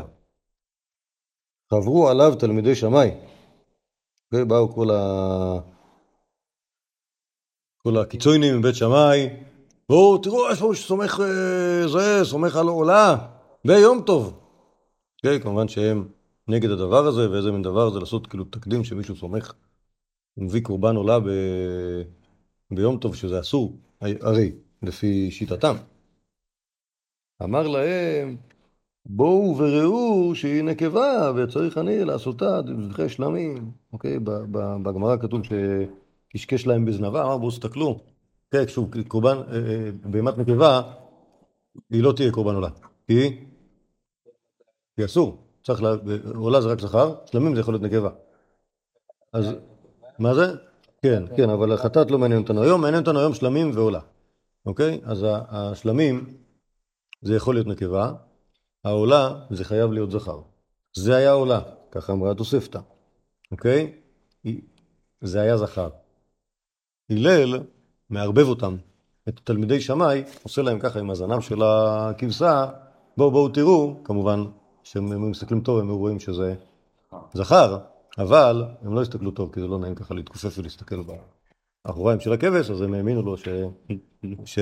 חברו עליו תלמידי שמאי. ובאו כל ה... כל הקיצונים מבית שמאי, בואו תראו, יש פה שסומך זה, סומך על עולה, ביום טוב. כן, כמובן שהם נגד הדבר הזה, ואיזה מין דבר זה לעשות כאילו תקדים שמישהו סומך, מביא קורבן עולה ב... ביום טוב, שזה אסור, הרי, לפי שיטתם. אמר להם, בואו וראו שהיא נקבה, וצריך אני לעשותה דברי שלמים. אוקיי, בגמרא כתוב שקשקש להם בזנבה, אמר בואו סתכלו. כן, שוב, קורבן, בהמת נקבה, היא לא תהיה קורבן עולה. כי? היא אסור. צריך לה... עולה זה רק זכר, שלמים זה יכול להיות נקבה. אז, מה זה? כן, כן, אבל החטאת לא מעניין אותנו היום, מעניין אותנו היום שלמים ועולה. אוקיי? אז השלמים זה יכול להיות נקבה, העולה זה חייב להיות זכר. זה היה עולה, ככה אמרה התוספתא. אוקיי? זה היה זכר. הלל מערבב אותם, את תלמידי שמאי, עושה להם ככה עם הזנב של הכבשה, בואו בואו תראו, כמובן שהם מסתכלים טוב, הם רואים שזה זכר, אבל הם לא הסתכלו טוב, כי זה לא נעים ככה להתכופף ולהסתכל באחוריים של הכבש, אז הם האמינו לו ש... ש...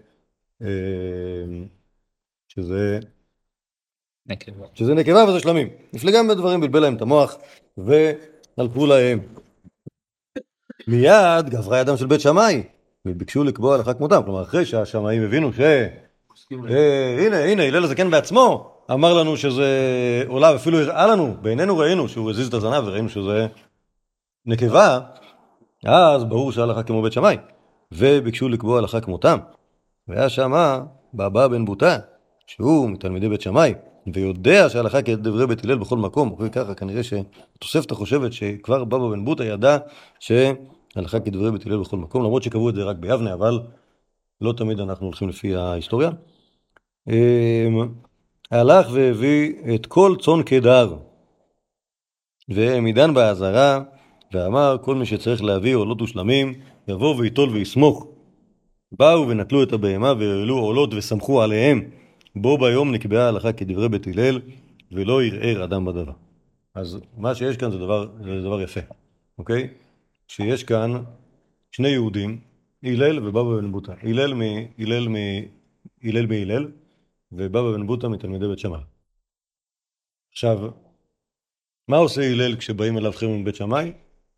שזה... נקבה. שזה נקבה וזה שלמים. מפלגה בדברים בלבל להם את המוח, והלכו להם. מיד גברה ידם של בית שמאי, וביקשו לקבוע הלכה כמותם. כלומר, אחרי שהשמאים הבינו ש... הנה, הנה, הלל הזקן בעצמו אמר לנו שזה עולה, ואפילו הראה לנו, בעינינו ראינו שהוא הזיז את הזנב וראינו שזה נקבה, אז ברור שההלכה כמו בית שמאי, וביקשו לקבוע הלכה כמותם. והיה שמה באבא בן בוטה, שהוא מתלמידי בית שמאי, ויודע שההלכה כדברי בית הלל בכל מקום, וככה כנראה שהתוספתא חושבת שכבר בבא בן בוטה ידע שההלכה כדברי בית הלל בכל מקום, למרות שקבעו את זה רק ביבנה, אבל לא תמיד אנחנו הולכים לפי ההיסטוריה. הלך והביא את כל צאן קדר, והעמידן באזהרה, ואמר כל מי שצריך להביא עולות ושלמים, יבוא ויטול ויסמוך. באו ונטלו את הבהמה והעלו עולות וסמכו עליהם. בו ביום נקבעה ההלכה כדברי בית הלל, ולא ירער אדם בדבר. אז מה שיש כאן זה דבר, זה דבר יפה, אוקיי? שיש כאן שני יהודים, הלל ובבא בן בוטה. הלל מ... הלל מ... הלל בהלל, ובבא בן בוטה מתלמידי בית שמאי. עכשיו, מה עושה הלל כשבאים אליו חבר'ה מבית שמאי?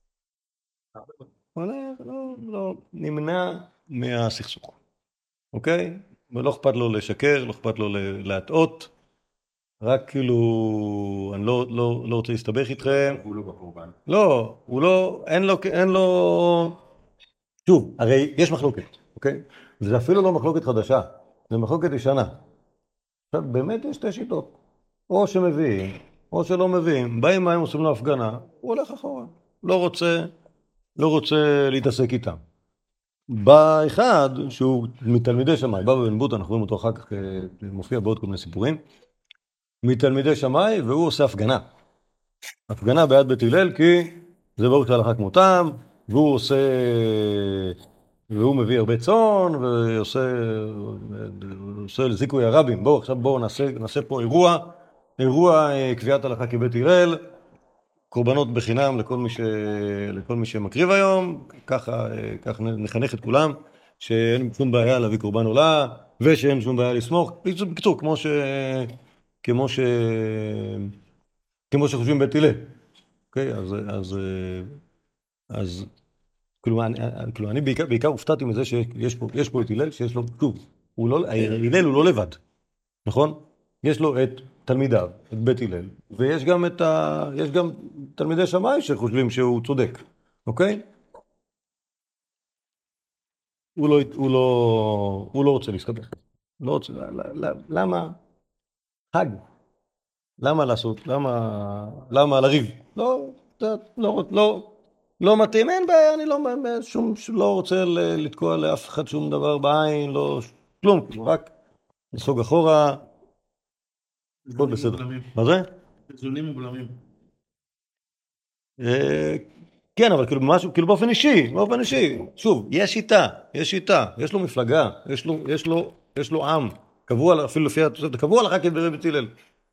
הולך, לא, לא, נמנע מהסכסוך, אוקיי? ולא אכפת לו לשקר, לא אכפת לו להטעות, רק כאילו, אני לא, לא, לא רוצה להסתבך איתכם. הוא לא בקורבן. לא, הוא לא, אין לו, אין לו... שוב, הרי יש מחלוקת, אוקיי? זה אפילו לא מחלוקת חדשה, זה מחלוקת ישנה. עכשיו, באמת יש שתי שיטות. או שמביאים, או שלא מביאים. באים מים עושים לו הפגנה, הוא הולך אחורה. לא רוצה, לא רוצה להתעסק איתם. באחד, שהוא מתלמידי שמאי, בבא בן בוטה, אנחנו רואים אותו אחר כך, מופיע בעוד כל מיני סיפורים, מתלמידי שמאי, והוא עושה הפגנה. הפגנה ביד בית הלל, כי זה ברור שההלכה כמותם, והוא עושה, והוא מביא הרבה צאן, ועושה עושה לזיקוי הרבים. בואו, עכשיו בואו נעשה, נעשה פה אירוע, אירוע קביעת הלכה כבית הלל, קורבנות בחינם לכל מי, ש... לכל מי שמקריב היום, ככה, ככה נחנך את כולם, שאין שום בעיה להביא קורבן עולה, ושאין שום בעיה לסמוך. בקצור, כמו ש... כמו ש... כמו שחושבים בית הלל. אוקיי? אז... אז... אז... כאילו, אני, כאילו, אני בעיקר, בעיקר הופתעתי מזה שיש פה, יש פה את הלל, שיש לו... שוב, הוא לא... הלל הוא לא לבד. נכון? יש לו את תלמידיו, את בית הלל, ויש גם את ה... יש גם תלמידי שמאי שחושבים שהוא צודק, אוקיי? הוא לא, הוא לא, הוא לא רוצה להסתבך. לא רוצה, למה? חג. למה לעשות? למה, למה לריב? לא, לא, לא, לא מתאים, אין בעיה, אני לא, שום, לא רוצה לתקוע לאף אחד שום דבר בעין, לא, כלום, רק נסוג אחורה, הכל בסדר. מה זה? איזונים ובלמים. כן, אבל כאילו משהו, כאילו באופן אישי, באופן אישי. שוב, יש שיטה, יש שיטה, יש לו מפלגה, יש לו, יש לו, יש לו עם, קבוע, אפילו לפי התוספת, קבוע לך כדברי בית הלל.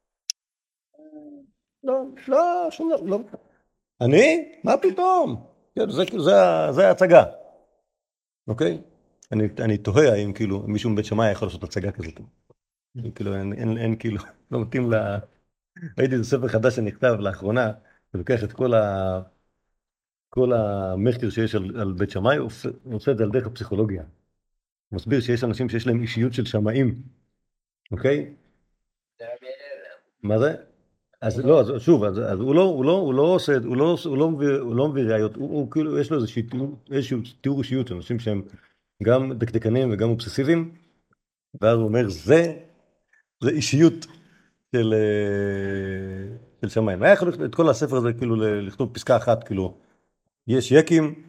לא, לא, שום דבר, לא. אני? מה פתאום? זה, זה, זה ההצגה. אוקיי? אני, אני תוהה האם כאילו מישהו מבית שמאי יכול לעשות הצגה כזאת. כאילו, אין, אין, אין כאילו, לא מתאים ל... ראיתי איזה ספר חדש שנכתב לאחרונה, ולוקח את כל ה... כל המחקר שיש על, על בית שמאי, הוא עושה את זה על דרך הפסיכולוגיה. הוא מסביר שיש אנשים שיש להם אישיות של שמאים, אוקיי? מה זה? אז לא, אז שוב, אז, אז הוא לא, הוא לא, הוא לא עושה, הוא לא, הוא לא מביא, הוא לא מביא ראיות, הוא, הוא כאילו, יש לו איזושהי תיאור, איזשהו תיאור אישיות, אנשים שהם גם דקדקנים וגם אובססיביים, ואז הוא אומר, זה, זה אישיות של, של שמיים. היה יכול את כל הספר הזה, כאילו, לכתוב פסקה אחת, כאילו, יש יקים,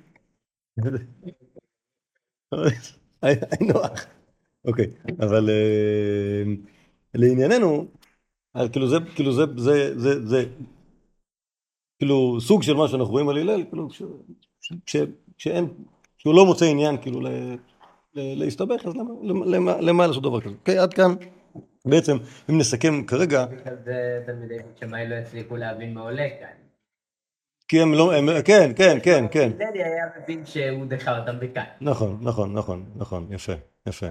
היינו אח, אוקיי, אבל לענייננו, כאילו זה, כאילו זה, זה, זה, זה, כאילו סוג של מה שאנחנו רואים על הלל, כאילו, שאין, שהוא לא מוצא עניין, כאילו, להסתבך, אז למה לעשות דבר כזה? אוקיי, עד כאן, בעצם, אם נסכם כרגע... בגלל זה תלמידי שמאי לא הצליחו להבין מה עולה כאן. כי הם לא, כן, כן, כן, כן. דדי היה מבין שהוא דחה אותם בכאן. נכון, נכון, נכון, נכון, יפה, יפה.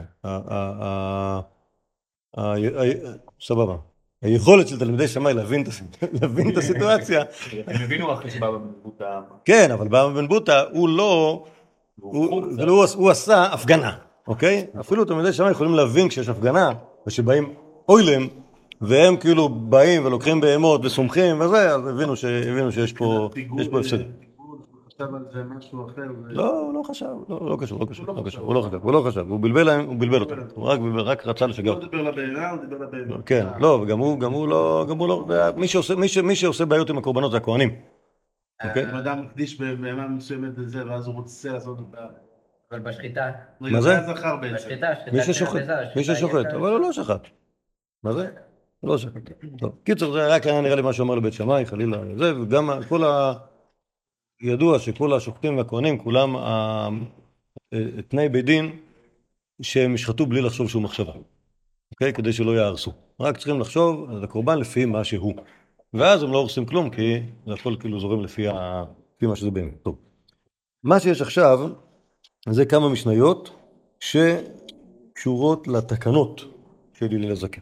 סבבה. היכולת של תלמידי שמאי להבין את הסיטואציה. הם הבינו אחרי שבבא בן בוטה. כן, אבל בבא בן בוטה הוא לא, הוא עשה הפגנה, אוקיי? אפילו תלמידי שמיים יכולים להבין כשיש הפגנה, ושבאים אוילם, והם כאילו באים ולוקחים בהמות וסומכים וזה, אז הבינו שיש פה הפסד. חשב על זה משהו אחר. לא, הוא לא חשב, לא קשור, לא קשור, לא קשור, הוא לא חשב, הוא לא חשב, הוא בלבל להם, הוא בלבל אותם, הוא רק רצה לשגע אותם. הוא דיבר לבהמה, הוא דיבר לבהמה. כן, לא, וגם הוא, גם הוא לא, גם הוא לא, מי שעושה בעיות עם הקורבנות זה הכהנים. אוקיי? אם אדם מקדיש בהמה מסוימת לזה, ואז הוא רוצה לעשות את זה. אבל בשחיטה. מה זה? זכר בעצם. בשחיטה, מי ששוחט, מי ששוחט, אבל הוא לא שחט. מה זה? לא שחט. טוב, קיצור, זה רק היה נראה לי מה שאומר לבית שמאי, חלילה, זה, וגם כל ה... ידוע שכל השוחטים והכהנים, כולם תנאי בית דין שהם ישחטו בלי לחשוב שום מחשבה, אוקיי? כדי שלא יהרסו. רק צריכים לחשוב על הקורבן לפי מה שהוא. ואז הם לא הורסים כלום, כי זה הכל כאילו זורם לפי, ה... לפי מה שזה באמת. טוב. מה שיש עכשיו, זה כמה משניות שקשורות לתקנות של הלל הזקן.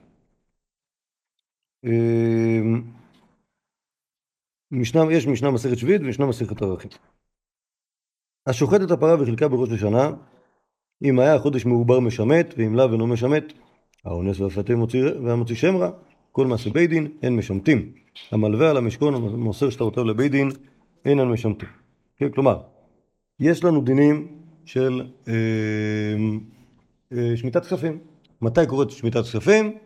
משנה, יש משנה מסכת שביעית וישנה מסכת ערכים. השוחט את הפרה וחילקה בראש השנה, אם היה החודש מעובר משמט, ואם לאו אינו משמט, האונס והפתה והמוציא שם רע, כל מעשה בית דין אין משמטים. המלווה על המשכון המוסר שטרותיו לבית דין אינן משמטים. כלומר, יש לנו דינים של אה, אה, שמיטת כספים. מתי קורית שמיטת כספים?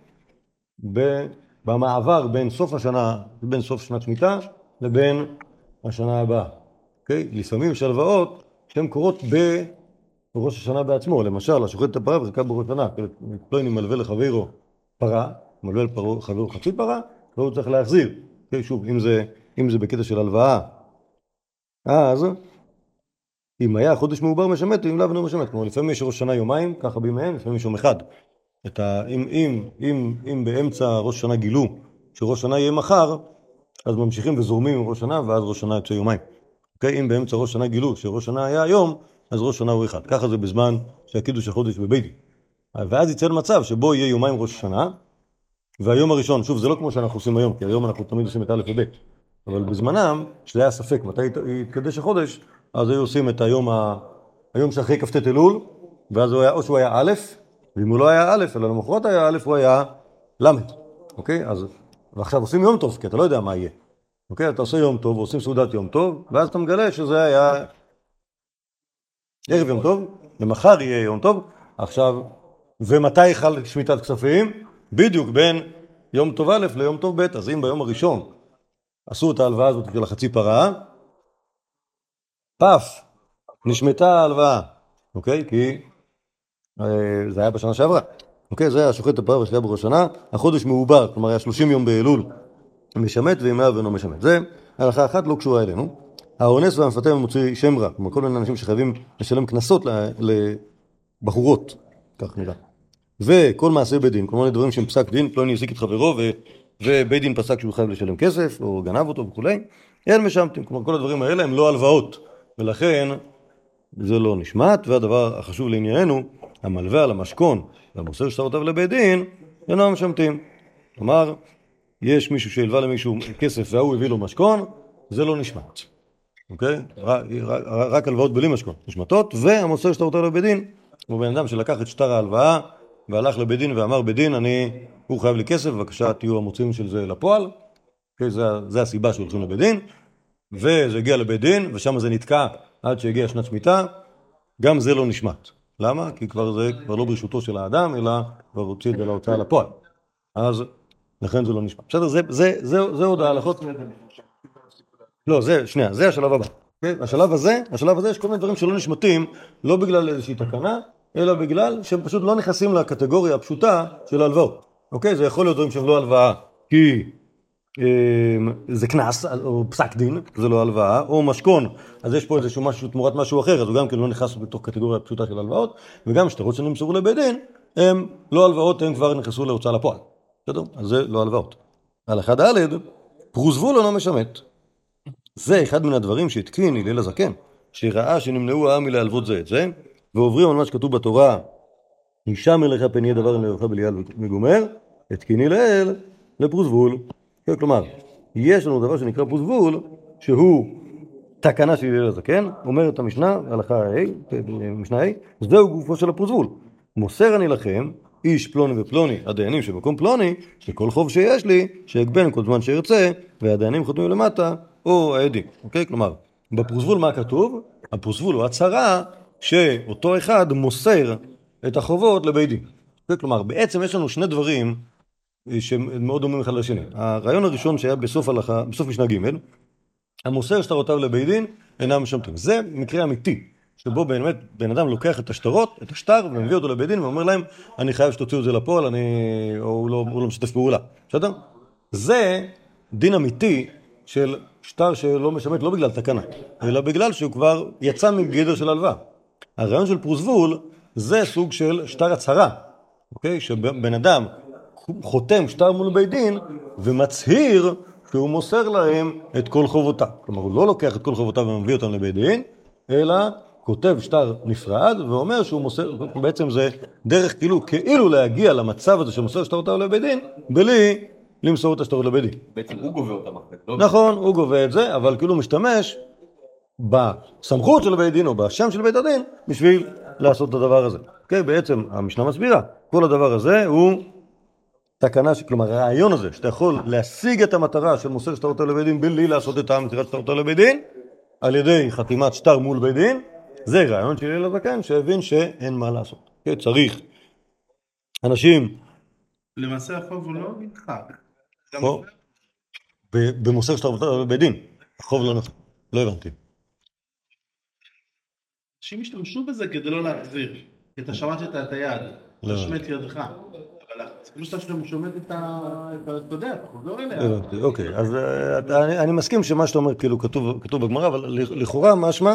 במעבר בין סוף השנה, בין סוף שנת שמיטה, לבין השנה הבאה. אוקיי? לפעמים יש הלוואות שהן קורות בראש השנה בעצמו. למשל, השוחט את הפרה וחילקה בראש השנה. פלוני מלווה לחברו פרה, מלווה לחברו חצי פרה, והוא צריך להחזיר. אוקיי? שוב, אם זה, אם זה בקטע של הלוואה, אז אם היה חודש מעובר משמט, אם לאו אינו משמט. כמו לפעמים יש ראש שנה יומיים, ככה בימיהם, לפעמים יש יום אחד. את ה... אם, אם, אם, אם באמצע ראש שנה גילו שראש שנה יהיה מחר, אז ממשיכים וזורמים עם ראש שנה, ואז ראש שנה יוצא יומיים. אוקיי? אם באמצע ראש שנה גילו שראש שנה היה היום, אז ראש שנה הוא אחד. ככה זה בזמן שהקידוש החודש בבית דין. ואז יצא למצב שבו יהיה יומיים ראש שנה, והיום הראשון, שוב, זה לא כמו שאנחנו עושים היום, כי היום אנחנו תמיד עושים את א' וב', אבל בזמנם, שזה היה ספק, מתי יתקדש החודש, אז היו עושים את היום, ה... היום שאחרי כ"ט אלול, ואז הוא היה, או שהוא היה א', ואם הוא לא היה א', אלא למחרת היה א', הוא היה ל', אוקיי? אז, ועכשיו עושים יום טוב, כי אתה לא יודע מה יהיה. אוקיי? אתה עושה יום טוב, ועושים סעודת יום טוב, ואז אתה מגלה שזה היה ערב יום טוב, ומחר יהיה יום טוב. עכשיו, ומתי חל שמיטת כספים? בדיוק בין יום טוב א' ליום טוב ב'. אז אם ביום הראשון עשו את ההלוואה הזאת של החצי פרה, פף, נשמטה ההלוואה, אוקיי? כי זה היה בשנה שעברה. אוקיי? זה היה שוחט הפרה וחילקה בראש השנה, החודש מעובר, כלומר היה שלושים יום באלול, משמט ואם לאו אינו משמט. זה הלכה אחת לא קשורה אלינו. האונס והמפתה ומוציא שם רע, כלומר כל מיני אנשים שחייבים לשלם קנסות לבחורות, כך נראה. וכל מעשה בית דין, כלומר דברים שהם פסק דין, פלוני הזיק את חברו ובית דין פסק שהוא חייב לשלם כסף או גנב אותו וכולי, אין משמטים. כלומר כל הדברים האלה הם לא הלוואות, ולכן זה לא נשמט. והדבר החשוב לענייננו, המלווה על המשכון והמוסר שטרותיו לבית דין אינם משמטים. כלומר, יש מישהו שהלווה למישהו כסף והוא הביא לו משכון, זה לא נשמט. אוקיי? רק הלוואות בלי משכון נשמטות, והמוסר שטרותיו לבית דין הוא בן אדם שלקח את שטר ההלוואה והלך לבית דין ואמר בית דין, אני, הוא חייב לי כסף, בבקשה תהיו המוצאים של זה לפועל. אוקיי? זה, זה הסיבה שהולכים לבית דין, וזה הגיע לבית דין, ושם זה נתקע עד שהגיע שנת שמיטה. גם זה לא נשמט. למה? כי כבר זה כבר לא ברשותו של האדם, אלא כבר הוציא את זה להוצאה לפועל. אז לכן זה לא נשמט. בסדר, זה, זה, זה, זה עוד ההלכות. לא, זה, שנייה, זה השלב הבא. השלב הזה, השלב הזה יש כל מיני דברים שלא נשמטים, לא בגלל איזושהי תקנה, אלא בגלל שהם פשוט לא נכנסים לקטגוריה הפשוטה של ההלוואות. אוקיי? זה יכול להיות דברים שהם לא הלוואה, כי זה כנס או פסק דין, זה לא הלוואה, או משכון, אז יש פה איזשהו משהו תמורת משהו אחר, אז הוא גם כן לא נכנס בתוך קטגוריה פשוטה של הלוואות, וגם שטרות שנמסרו לבית דין, הם לא הלוואות, הם כבר נכנסו להוצאה לפועל. בסדר? אז זה לא הלוואות. הלכה ד' פרוזבול אינו משמט. זה אחד מן הדברים שהתקין הלל הזקן, שראה שנמנעו העם מלהלוות זה את זה, ועוברים על מה שכתוב בתורה, הישם אליך פן יהיה דבר לרווחה בליעל מגומר, התקין הלל לפרוזבול. כלומר, יש לנו דבר שנקרא פרוזבול, שהוא תקנה של הלל הזקן, אומרת המשנה, הלכה ה', משנה ה', זהו גופו של הפרוזבול. מוסר אני לכם, איש פלוני ופלוני, הדיינים שבמקום פלוני, שכל חוב שיש לי, שאגבן כל זמן שירצה, והדיינים חותמים למטה, או העדים. אוקיי? כלומר, בפרוזבול מה כתוב? הפרוזבול הוא הצהרה שאותו אחד מוסר את החובות לבית דין. אוקיי? כלומר, בעצם יש לנו שני דברים שהם מאוד דומים אחד לשני. הרעיון הראשון שהיה בסוף הלכה, בסוף משנה ג', המוסר שטרותיו לבית דין אינם משמטים. זה מקרה אמיתי, שבו באמת בן אדם לוקח את השטרות, את השטר, ומביא אותו לבית דין ואומר להם, אני חייב שתוציאו את זה לפועל, אני... או הוא לא, הוא לא משתף פעולה. בסדר? זה דין אמיתי של שטר שלא משמט, לא בגלל תקנה, אלא בגלל שהוא כבר יצא מגדר של הלוואה. הרעיון של פרוזבול זה סוג של שטר הצהרה, אוקיי? שבן אדם חותם שטר מול בית דין ומצהיר שהוא מוסר להם את כל חובותיו. כלומר, הוא לא לוקח את כל חובותיו ומביא אותם לבית דין, אלא כותב שטר נפרד ואומר שהוא מוסר, בעצם זה דרך כאילו, כאילו להגיע למצב הזה שמוסר שטרותיו לבית דין, בלי למסור את השטרות לבית דין. בעצם הוא גובה אותם. נכון, הוא גובה את זה, אבל כאילו משתמש בסמכות של בית דין או בשם של בית הדין בשביל לעשות את הדבר הזה. אוקיי? בעצם המשנה מסבירה, כל הדבר הזה הוא תקנה, כלומר הרעיון הזה שאתה יכול להשיג את המטרה של מוסר שטרותיו לבית דין בלי לעשות את המסירת שטרותיו לבית דין על ידי חתימת שטר מול בית דין, זה רעיון של הלל הזקן שהבין שאין מה לעשות. אוקיי? צריך אנשים למעשה החוב הוא לא נדחק. פה, במוסר שטרותיו לבית דין, החוב לא נדחק. לא הבנתי. אנשים השתמשו בזה כדי לא להחזיר, כי אתה שמעת את היד, אתה שומט ידך, אבל כמו שאתה שומט את ה... אתה יודע, אתה חוזר אליה. אוקיי, אז אני מסכים שמה שאתה אומר כאילו כתוב בגמרא, אבל לכאורה משמע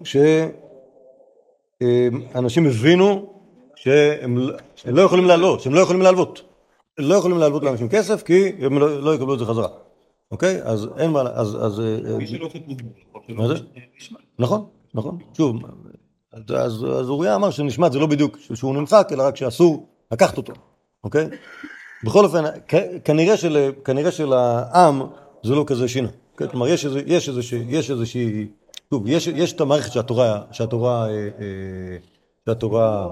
שאנשים הבינו שהם לא יכולים להלוות, שהם לא יכולים להלוות. לא יכולים להלוות לאנשים כסף כי הם לא יקבלו את זה חזרה. אוקיי? אז אין מה... אז... מי שלא כתוב... מה זה? נכון, נכון. שוב, אז אוריה אמר שנשמט זה לא בדיוק שהוא נמחק, אלא רק שאסור לקחת אותו. אוקיי? בכל אופן, כנראה של, כנראה של העם זה לא כזה שינה. כלומר, יש איזה, יש איזה, יש איזה שהיא, טוב, יש, יש את המערכת שהתורה, שהתורה, שהתורה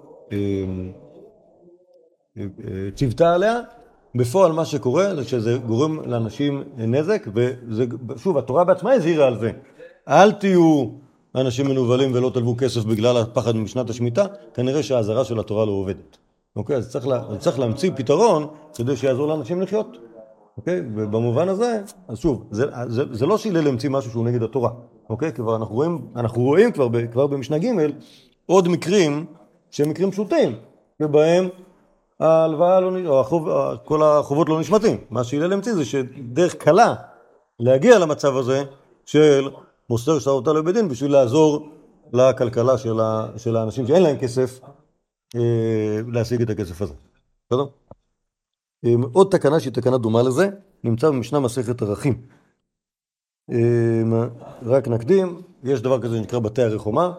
צבתה עליה. בפועל מה שקורה זה שזה גורם לאנשים נזק, וזה, שוב, התורה בעצמה הזהירה על זה. אל תהיו אנשים מנובלים ולא תלבו כסף בגלל הפחד משנת השמיטה, כנראה שההזהרה של התורה לא עובדת. אוקיי, אז צריך, לה, צריך להמציא פתרון כדי שיעזור לאנשים לחיות. אוקיי, ובמובן הזה, אז שוב, זה, זה, זה לא שילה להמציא משהו שהוא נגד התורה. אוקיי, כבר אנחנו רואים, אנחנו רואים כבר, ב, כבר במשנה ג' עוד מקרים שהם מקרים פשוטים, שבהם ההלוואה לא, או החוב, כל החובות לא נשמטים. מה שילה להמציא זה שדרך קלה להגיע למצב הזה של מוסר שטרותיו לבית דין בשביל לעזור לכלכלה של, ה, של האנשים שאין להם כסף, להשיג את הכסף הזה. בסדר? עוד תקנה שהיא תקנה דומה לזה, נמצא במשנה מסכת ערכים. רק נקדים, יש דבר כזה שנקרא בתי הרחומה,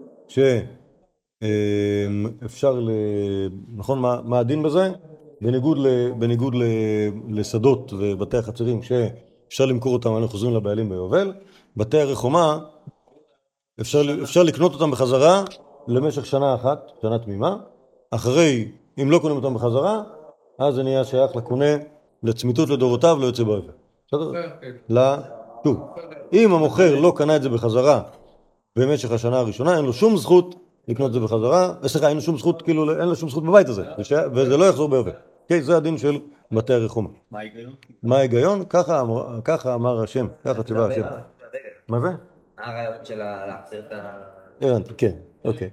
שאפשר, נכון, מה, מה הדין בזה? בניגוד, ל, בניגוד ל, לשדות ובתי החצרים, שאפשר למכור אותם, אנחנו חוזרים לבעלים ביובל, בתי הרחומה, אפשר, אפשר לקנות אותם בחזרה, למשך שנה אחת, שנה תמימה, אחרי, אם לא קונים אותם בחזרה, אז זה נהיה שייך לקונה לצמיתות לדורותיו, לא יוצא באויב. בסדר? לא, שוב, אם המוכר לא קנה את זה בחזרה במשך השנה הראשונה, אין לו שום זכות לקנות את זה בחזרה, סליחה, אין לו שום זכות, כאילו, אין לו שום זכות בבית הזה, וזה לא יחזור באויב. אוקיי, זה הדין של בתי הרחומה. מה ההיגיון? מה ההיגיון? ככה אמר, ככה אמר השם, ככה ציווה השם. מה זה? מה הרעיון של להחזיר את ה... הבנתי, כן, אוקיי.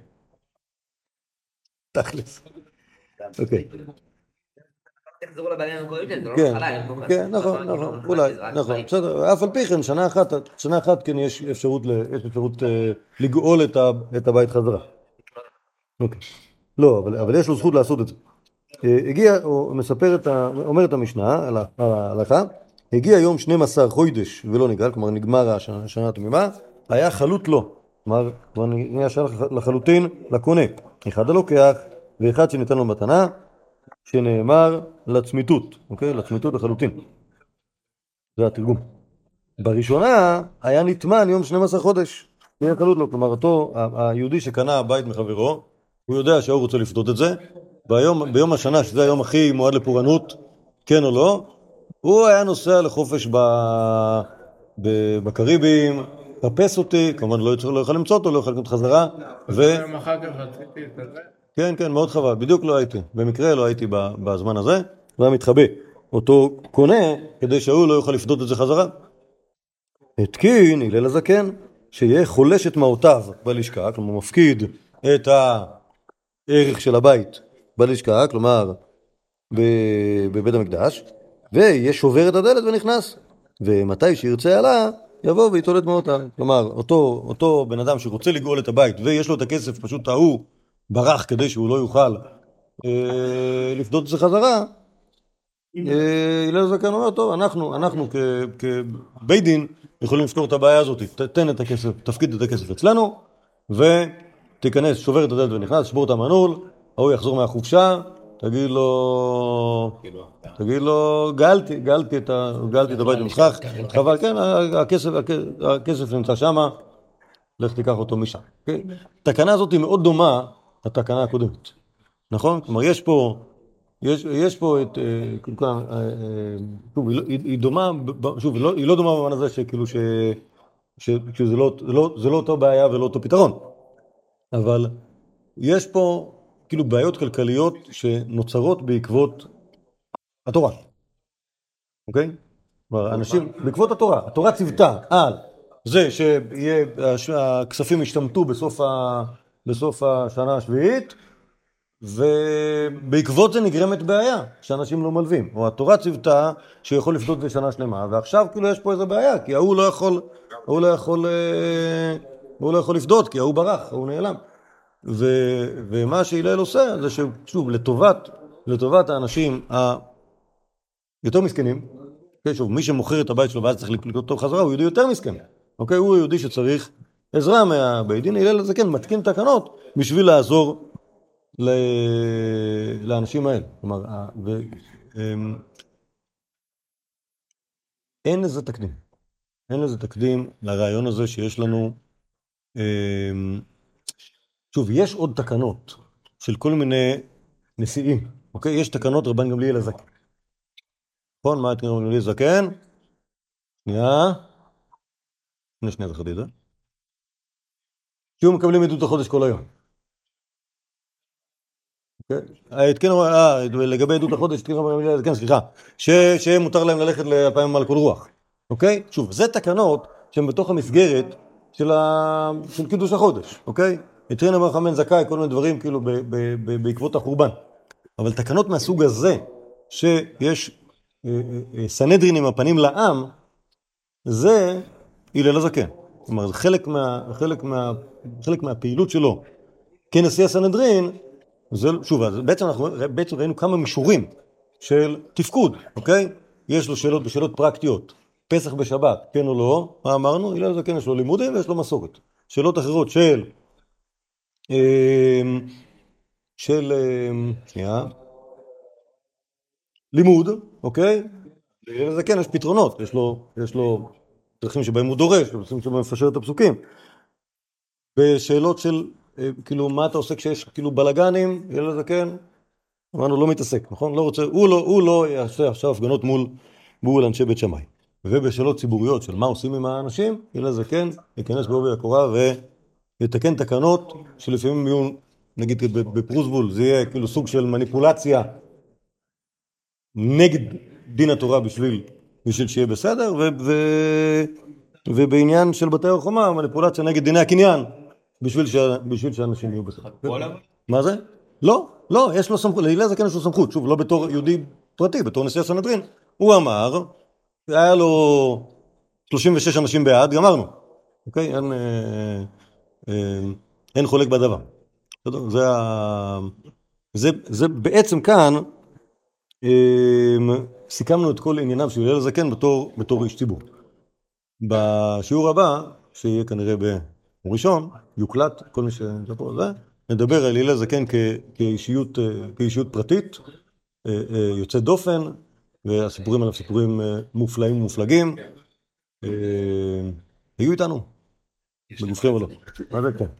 תכלס. אוקיי. תחזרו לבעלים המקוריים שלהם, זה לא כן, מחלה. כן, נכון, נכון, אולי, נכון, בסדר, אף על פי כן, שנה אחת, שנה אחת כן יש אפשרות, יש אפשרות לגאול את הבית חזרה. אוקיי. לא, אבל יש לו זכות לעשות את זה. הגיע, הוא מספר את, אומר את המשנה על ההלכה, הגיע יום שנים עשר חודש ולא נגאל, כלומר נגמר השנה התמימה, היה חלוט לו, כלומר, כבר נהיה שייך לחלוטין לקונה, אחד הלוקח ואחד שניתן לו מתנה, שנאמר לצמיתות, אוקיי? לצמיתות לחלוטין. זה התרגום. בראשונה היה נטמן יום שנים עשר חודש. תהיה קלות לו, כלומר אותו, היהודי שקנה בית מחברו, הוא יודע שהוא רוצה לפדות את זה, ביום, ביום השנה, שזה היום הכי מועד לפורענות, כן או לא, הוא היה נוסע לחופש ב... ב... בקריבים, חפש אותי, כמובן לא יצטרך, לא יכול למצוא אותו, לא יכול לקנות חזרה, ו... אחר כך רציתי את זה. כן, כן, מאוד חבל, בדיוק לא הייתי, במקרה לא הייתי בזמן הזה, הוא היה מתחבא. אותו קונה כדי שהוא לא יוכל לפדות את זה חזרה. התקין הלל הזקן, שיהיה חולש את מעותיו בלשכה, כלומר מפקיד את הערך של הבית בלשכה, כלומר בבית המקדש, ויהיה שובר את הדלת ונכנס, ומתי שירצה עלה, יבוא ויטול את מעותיו. כלומר, אותו, אותו בן אדם שרוצה לגאול את הבית, ויש לו את הכסף, פשוט ההוא ברח כדי שהוא לא יוכל אה, לפדות את זה חזרה, הלל הזקן אומר, טוב, אנחנו, אנחנו כבית דין יכולים לפתור את הבעיה הזאת, תתן את הכסף, תפקיד את הכסף אצלנו, ותיכנס, שובר את הדלת ונכנס, שבור את המנעול, ההוא יחזור מהחופשה, תגיד לו, תגיד לו, גאלתי, גאלתי את הבית במשחק, אבל כן, הכסף, הכסף נמצא שמה, לך תיקח אותו משם. התקנה הזאת היא מאוד דומה לתקנה הקודמת, נכון? כלומר, יש פה, יש, יש פה את, שוב, היא דומה, שוב, היא לא דומה במובן הזה שכאילו ש, שזה לא, לא, זה לא אותו בעיה ולא אותו פתרון, אבל יש פה כאילו בעיות כלכליות שנוצרות בעקבות התורה, אוקיי? אנשים, בעקבות התורה, התורה ציוותה על זה שיהיה, הכספים ישתמטו בסוף, ה, בסוף השנה השביעית, ובעקבות זה נגרמת בעיה שאנשים לא מלווים, או התורה ציוותה שיכול לפדות לשנה שלמה, ועכשיו כאילו יש פה איזו בעיה, כי ההוא לא יכול, הוא לא יכול, הוא לא יכול לפדות, כי ההוא ברח, הוא נעלם. ו, ומה שהלל עושה זה ששוב, לטובת, לטובת האנשים היותר מסכנים, שוב, מי שמוכר את הבית שלו ואז צריך לקנות אותו חזרה, הוא יהודי יותר מסכן, אוקיי? הוא יהודי שצריך עזרה מהבית דין. הלל הזה כן מתקין תקנות בשביל לעזור לאנשים האלה. כלומר, ו, אין לזה תקדים. אין לזה תקדים לרעיון הזה שיש לנו, שוב, יש עוד תקנות של כל מיני נשיאים, אוקיי? יש תקנות רבן גמליאל הזקן. נכון? מה את רבן גמליאל הזקן? שנייה. שנייה, שנייה, זכרתי את זה. שהיו מקבלים עדות החודש כל היום. כן, אה, לגבי עדות החודש, כן, סליחה, שמותר להם ללכת לאלפיים על כל רוח, אוקיי? שוב, זה תקנות שהן בתוך המסגרת של קידוש החודש, אוקיי? יתרין אמר חמן זכאי, כל מיני דברים כאילו בעקבות החורבן. אבל תקנות מהסוג הזה, שיש סנהדרין עם הפנים לעם, זה הלל הזקן. כלומר, זה חלק מה, חלק מה, חלק מהפעילות שלו כנשיא הסנהדרין. זה, שוב, בעצם אנחנו בעצם ראינו כמה מישורים של תפקוד, אוקיי? יש לו שאלות בשאלות פרקטיות. פסח בשבת, כן או לא? מה אמרנו? הלל הזקן יש לו לימודים ויש לו מסורת. שאלות אחרות של של שנייה לימוד, אוקיי? הלל הזקן יש פתרונות, יש לו יש לו דרכים שבהם הוא דורש, דרכים שבהם מפשר את הפסוקים. בשאלות של כאילו מה אתה עושה כשיש כאילו בלגנים, הלל הזקן אמרנו לא מתעסק, נכון? לא רוצה, הוא לא הוא לא יעשה עכשיו הפגנות מול מול אנשי בית שמאי. ובשאלות ציבוריות של מה עושים עם האנשים, הלל הזקן ייכנס בעובי הקורה ויתקן תקנות שלפעמים יהיו, נגיד בפרוסבול, זה יהיה כאילו סוג של מניפולציה נגד דין התורה בשביל, בשביל שיהיה בסדר, ו, ו, ובעניין של בתי החומה, מניפולציה נגד דיני הקניין, בשביל, ש, בשביל שאנשים יהיו בסדר. מה זה? לא, לא, יש לו סמכות, להלל הזקן יש לו סמכות, שוב, לא בתור יהודי פרטי, בתור נשיא הסנהדרין. הוא אמר, היה לו שלושים ושש אנשים בעד, גמרנו. אוקיי? אין, אה, אה, אין חולק בדבר. זה, זה, זה בעצם כאן, אה, סיכמנו את כל ענייניו של הלל הזקן בתור, בתור איש ציבור. בשיעור הבא, שיהיה כנראה ביום ראשון, יוקלט, כל מי שזה פה, זה, נדבר על הלל הזקן כאישיות, כאישיות פרטית, יוצא דופן, והסיפורים עליו סיפורים מופלאים ומופלגים, אה, היו איתנו, בגופכם או לא. מה זה כן?